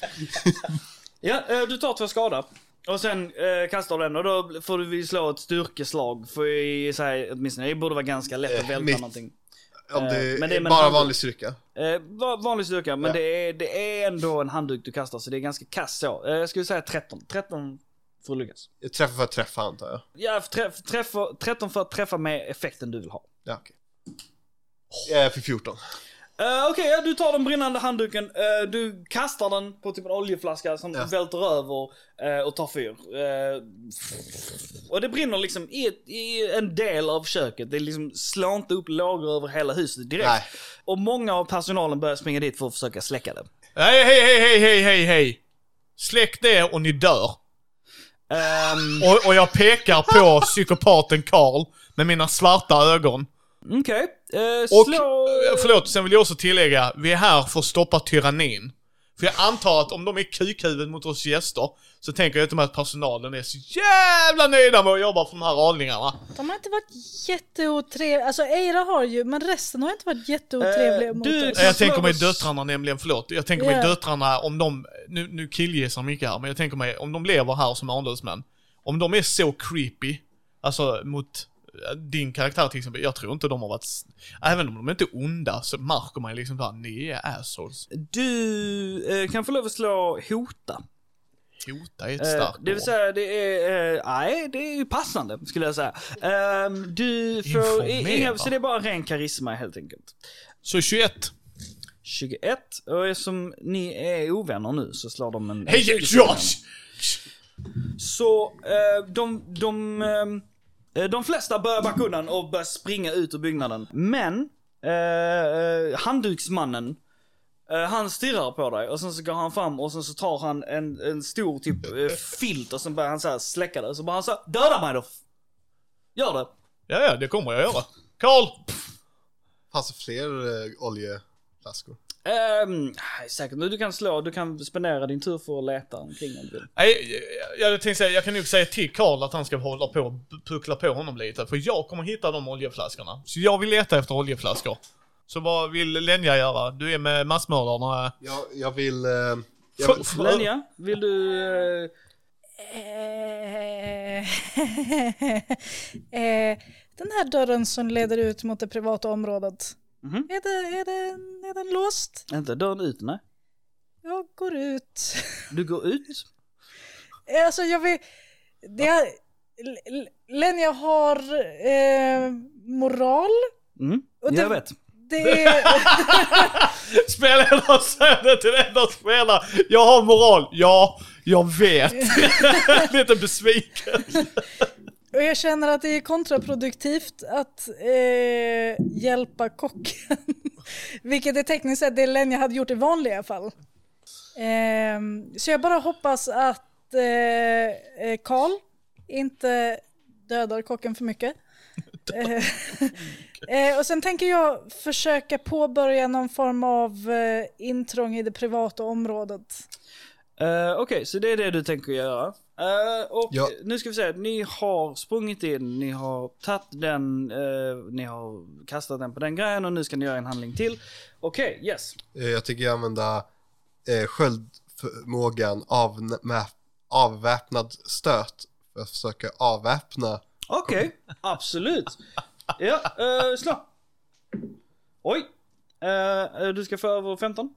Speaker 1: Ja, uh, du tar två skada. Och sen uh, kastar du den och då får du slå ett styrkeslag. För jag säger åtminstone, det borde vara ganska lätt att välta uh, mitt, någonting.
Speaker 3: Om det uh, men det är bara vanlig styrka.
Speaker 1: Uh, vanlig styrka, men ja. det, är, det är ändå en handduk du kastar så det är ganska kass så. Uh, jag skulle säga tretton. tretton för att lyckas.
Speaker 3: Jag träffar för att träffa antar jag.
Speaker 1: Ja, träff, träffa, tretton för att träffa med effekten du vill ha.
Speaker 3: Ja, okej. Okay. Jag är för fjorton.
Speaker 1: Uh, Okej, okay, ja, du tar den brinnande handduken. Uh, du kastar den på typ en oljeflaska som ja. välter över uh, och tar fyr. Uh, och det brinner liksom i, ett, i en del av köket. Det liksom slår inte upp lågor över hela huset direkt. Nej. Och många av personalen börjar springa dit för att försöka släcka det.
Speaker 2: Hej, hej, hej, hej, hej, hej, hej. Släck det och ni dör. Um... Och, och jag pekar på psykopaten Carl med mina svarta ögon.
Speaker 1: Okej. Okay. Uh,
Speaker 2: och,
Speaker 1: slå...
Speaker 2: förlåt, sen vill jag också tillägga, vi är här för att stoppa tyrannin. För jag antar att om de är kukhuvud mot oss gäster så tänker jag inte med att personalen är så jävla nöjda med att jobba för de här avlingarna.
Speaker 4: De har inte varit jätteotrevliga. Alltså Eira har ju, men resten har inte varit jätteotrevliga uh, mot
Speaker 1: du,
Speaker 4: oss.
Speaker 2: Jag tänker mig döttrarna nämligen, förlåt. Jag tänker
Speaker 4: yeah.
Speaker 2: mig döttrarna om de, nu, nu killgissar mycket här, men jag tänker mig om de lever här som adelsmän. Om de är så creepy, alltså mot din karaktär till exempel, jag tror inte de har varit, även om de inte är onda så märker man liksom bara, ni är assholes.
Speaker 1: Du eh, kan få lov att slå hota.
Speaker 2: Hota är ett
Speaker 1: Eh,
Speaker 2: starkt
Speaker 1: det vill
Speaker 2: ord.
Speaker 1: säga, det är, eh, nej, det är ju passande skulle jag säga. Eh, du får i-
Speaker 2: Informera.
Speaker 1: inga, så det är bara ren karisma helt enkelt.
Speaker 2: Så tjugoett.
Speaker 1: tjugoett, och eftersom ni är ovänner nu så slår de en...
Speaker 2: Hej Josh!
Speaker 1: Så eh, de, de, eh, de flesta börjar backa undan och börjar springa ut ur byggnaden. Men eh, handduksmannen, eh, han stirrar på dig och sen så går han fram och sen så tar han en, en stor typ eh, filt och sen börjar han så här släcka det. Så bara han så här, döda mig då! Gör det!
Speaker 2: Ja, ja, det kommer jag göra. Karl!
Speaker 3: Fanns det fler eh, oljeflaskor?
Speaker 1: Um, säkert, du kan slå, du kan spendera din tur för att leta omkring om du vill.
Speaker 2: Nej, jag, jag tänkte säga, jag kan nog säga till Karl att han ska hålla på och puckla på honom lite. För jag kommer hitta de oljeflaskorna. Så jag vill leta efter oljeflaskor. Så vad vill Lenja göra? Du är med massmördarna.
Speaker 3: Jag, jag vill... Eh, jag vill
Speaker 2: För-
Speaker 1: Lenja, vill du... eh,
Speaker 4: Eh, eh, Den här dörren som leder ut mot det privata området.
Speaker 1: Mhm.
Speaker 4: Är, det, är, den, är den låst?
Speaker 1: Inte dörren ut, nej.
Speaker 4: Jag går ut.
Speaker 1: Du går ut.
Speaker 4: Alltså jag vill... Det är, L- L- Lenja har eh, moral.
Speaker 1: Mm,
Speaker 4: Och det-
Speaker 1: jag vet.
Speaker 4: Det är...
Speaker 2: Spelarna säger det till den där spelaren. Jag har moral. Ja, jag vet. Lite besviken.
Speaker 4: Och jag känner att det är kontraproduktivt att eh, hjälpa kocken. Vilket är tekniskt sett det Lenja hade gjort i vanliga fall. Eh, så jag bara hoppas att eh, Karl inte dödar kocken för mycket. eh, eh, och sen tänker jag försöka påbörja någon form av eh, intrång i det privata området.
Speaker 1: Uh, Okej, okay, så det är det du tänker göra. Uh, och
Speaker 3: Ja.
Speaker 1: nu ska vi säga, ni har sprungit in, ni har tagit den, uh, ni har kastat den på den grejen och nu ska ni göra en handling till. Okej, okay, yes.
Speaker 3: Eh, Jag tycker jag använda eh, sköldförmågan av, med, avväpnad stöt för att försöka avväpna.
Speaker 1: Okej, okay, absolut. Ja, uh, slå. Oj. Uh, du ska få över femton.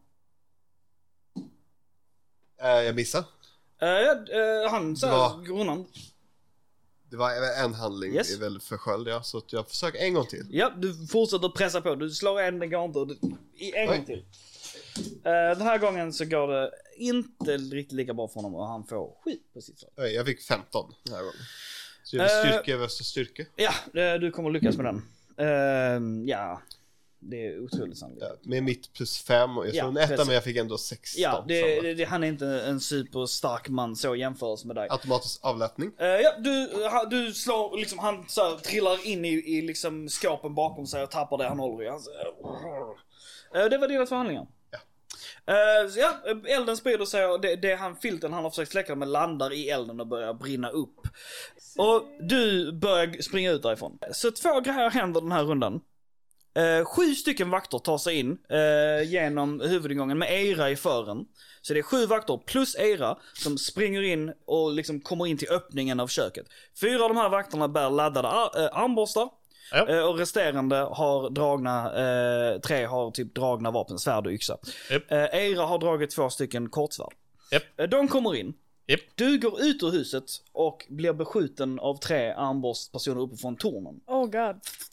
Speaker 3: Eh, jag missar.
Speaker 1: Uh, ja, uh, han så
Speaker 3: Bra.
Speaker 1: här går undan.
Speaker 3: Det var en handling,
Speaker 1: Yes.
Speaker 3: det är väl för sköld, ja, så att jag försöker en gång till.
Speaker 1: Ja, du fortsätter pressa på. Du slår en, det går inte. Du, i en
Speaker 3: Oj.
Speaker 1: gång till. Uh, den här gången så går det inte riktigt lika bra för honom och han får skit på sitt slag.
Speaker 3: Oj, jag fick femton den här gången. Så jag
Speaker 1: Eh.
Speaker 3: vill styrka versus styrka.
Speaker 1: Ja, det, du kommer lyckas med den. Uh, ja, det är otroligt sannolikt.
Speaker 3: Ja, med mitt plus fem och jag
Speaker 1: Ja,
Speaker 3: slog en etta
Speaker 1: precis.
Speaker 3: men jag fick ändå sexton.
Speaker 1: Ja, det,
Speaker 3: samma.
Speaker 1: det, det, han är inte en superstark man så jämförs med dig.
Speaker 3: Automatisk avläppning.
Speaker 1: Uh, ja, du, ha, du slår liksom, han så här, trillar in i, i liksom skåpen bakom sig och tappar det han håller i. Han, så, uh, det var dina förhandlingar.
Speaker 3: Ja.
Speaker 1: Uh, så ja, elden sprider sig och det, det han filten han har försökt släcka med landar i elden och börjar brinna upp. Och du börjar springa ut därifrån. Så två grejer händer den här rundan. Uh, sju stycken vakter tar sig in uh, genom huvudingången med Eira i fören. Så det är sju vakter plus Eira som springer in och liksom kommer in till öppningen av köket. Fyra av de här vakterna bär laddade ar- äh, armborstar.
Speaker 2: Ja.
Speaker 1: Uh, och resterande har dragna, uh, tre har typ dragna vapen, svärd och yxa.
Speaker 2: Japp.
Speaker 1: Uh, Eira har dragit två stycken kortsvärd.
Speaker 2: Japp.
Speaker 1: Uh, de kommer in.
Speaker 2: Japp.
Speaker 1: Du går ut ur huset och blir beskjuten av tre armborstpersoner uppe från tornen.
Speaker 4: Oh god.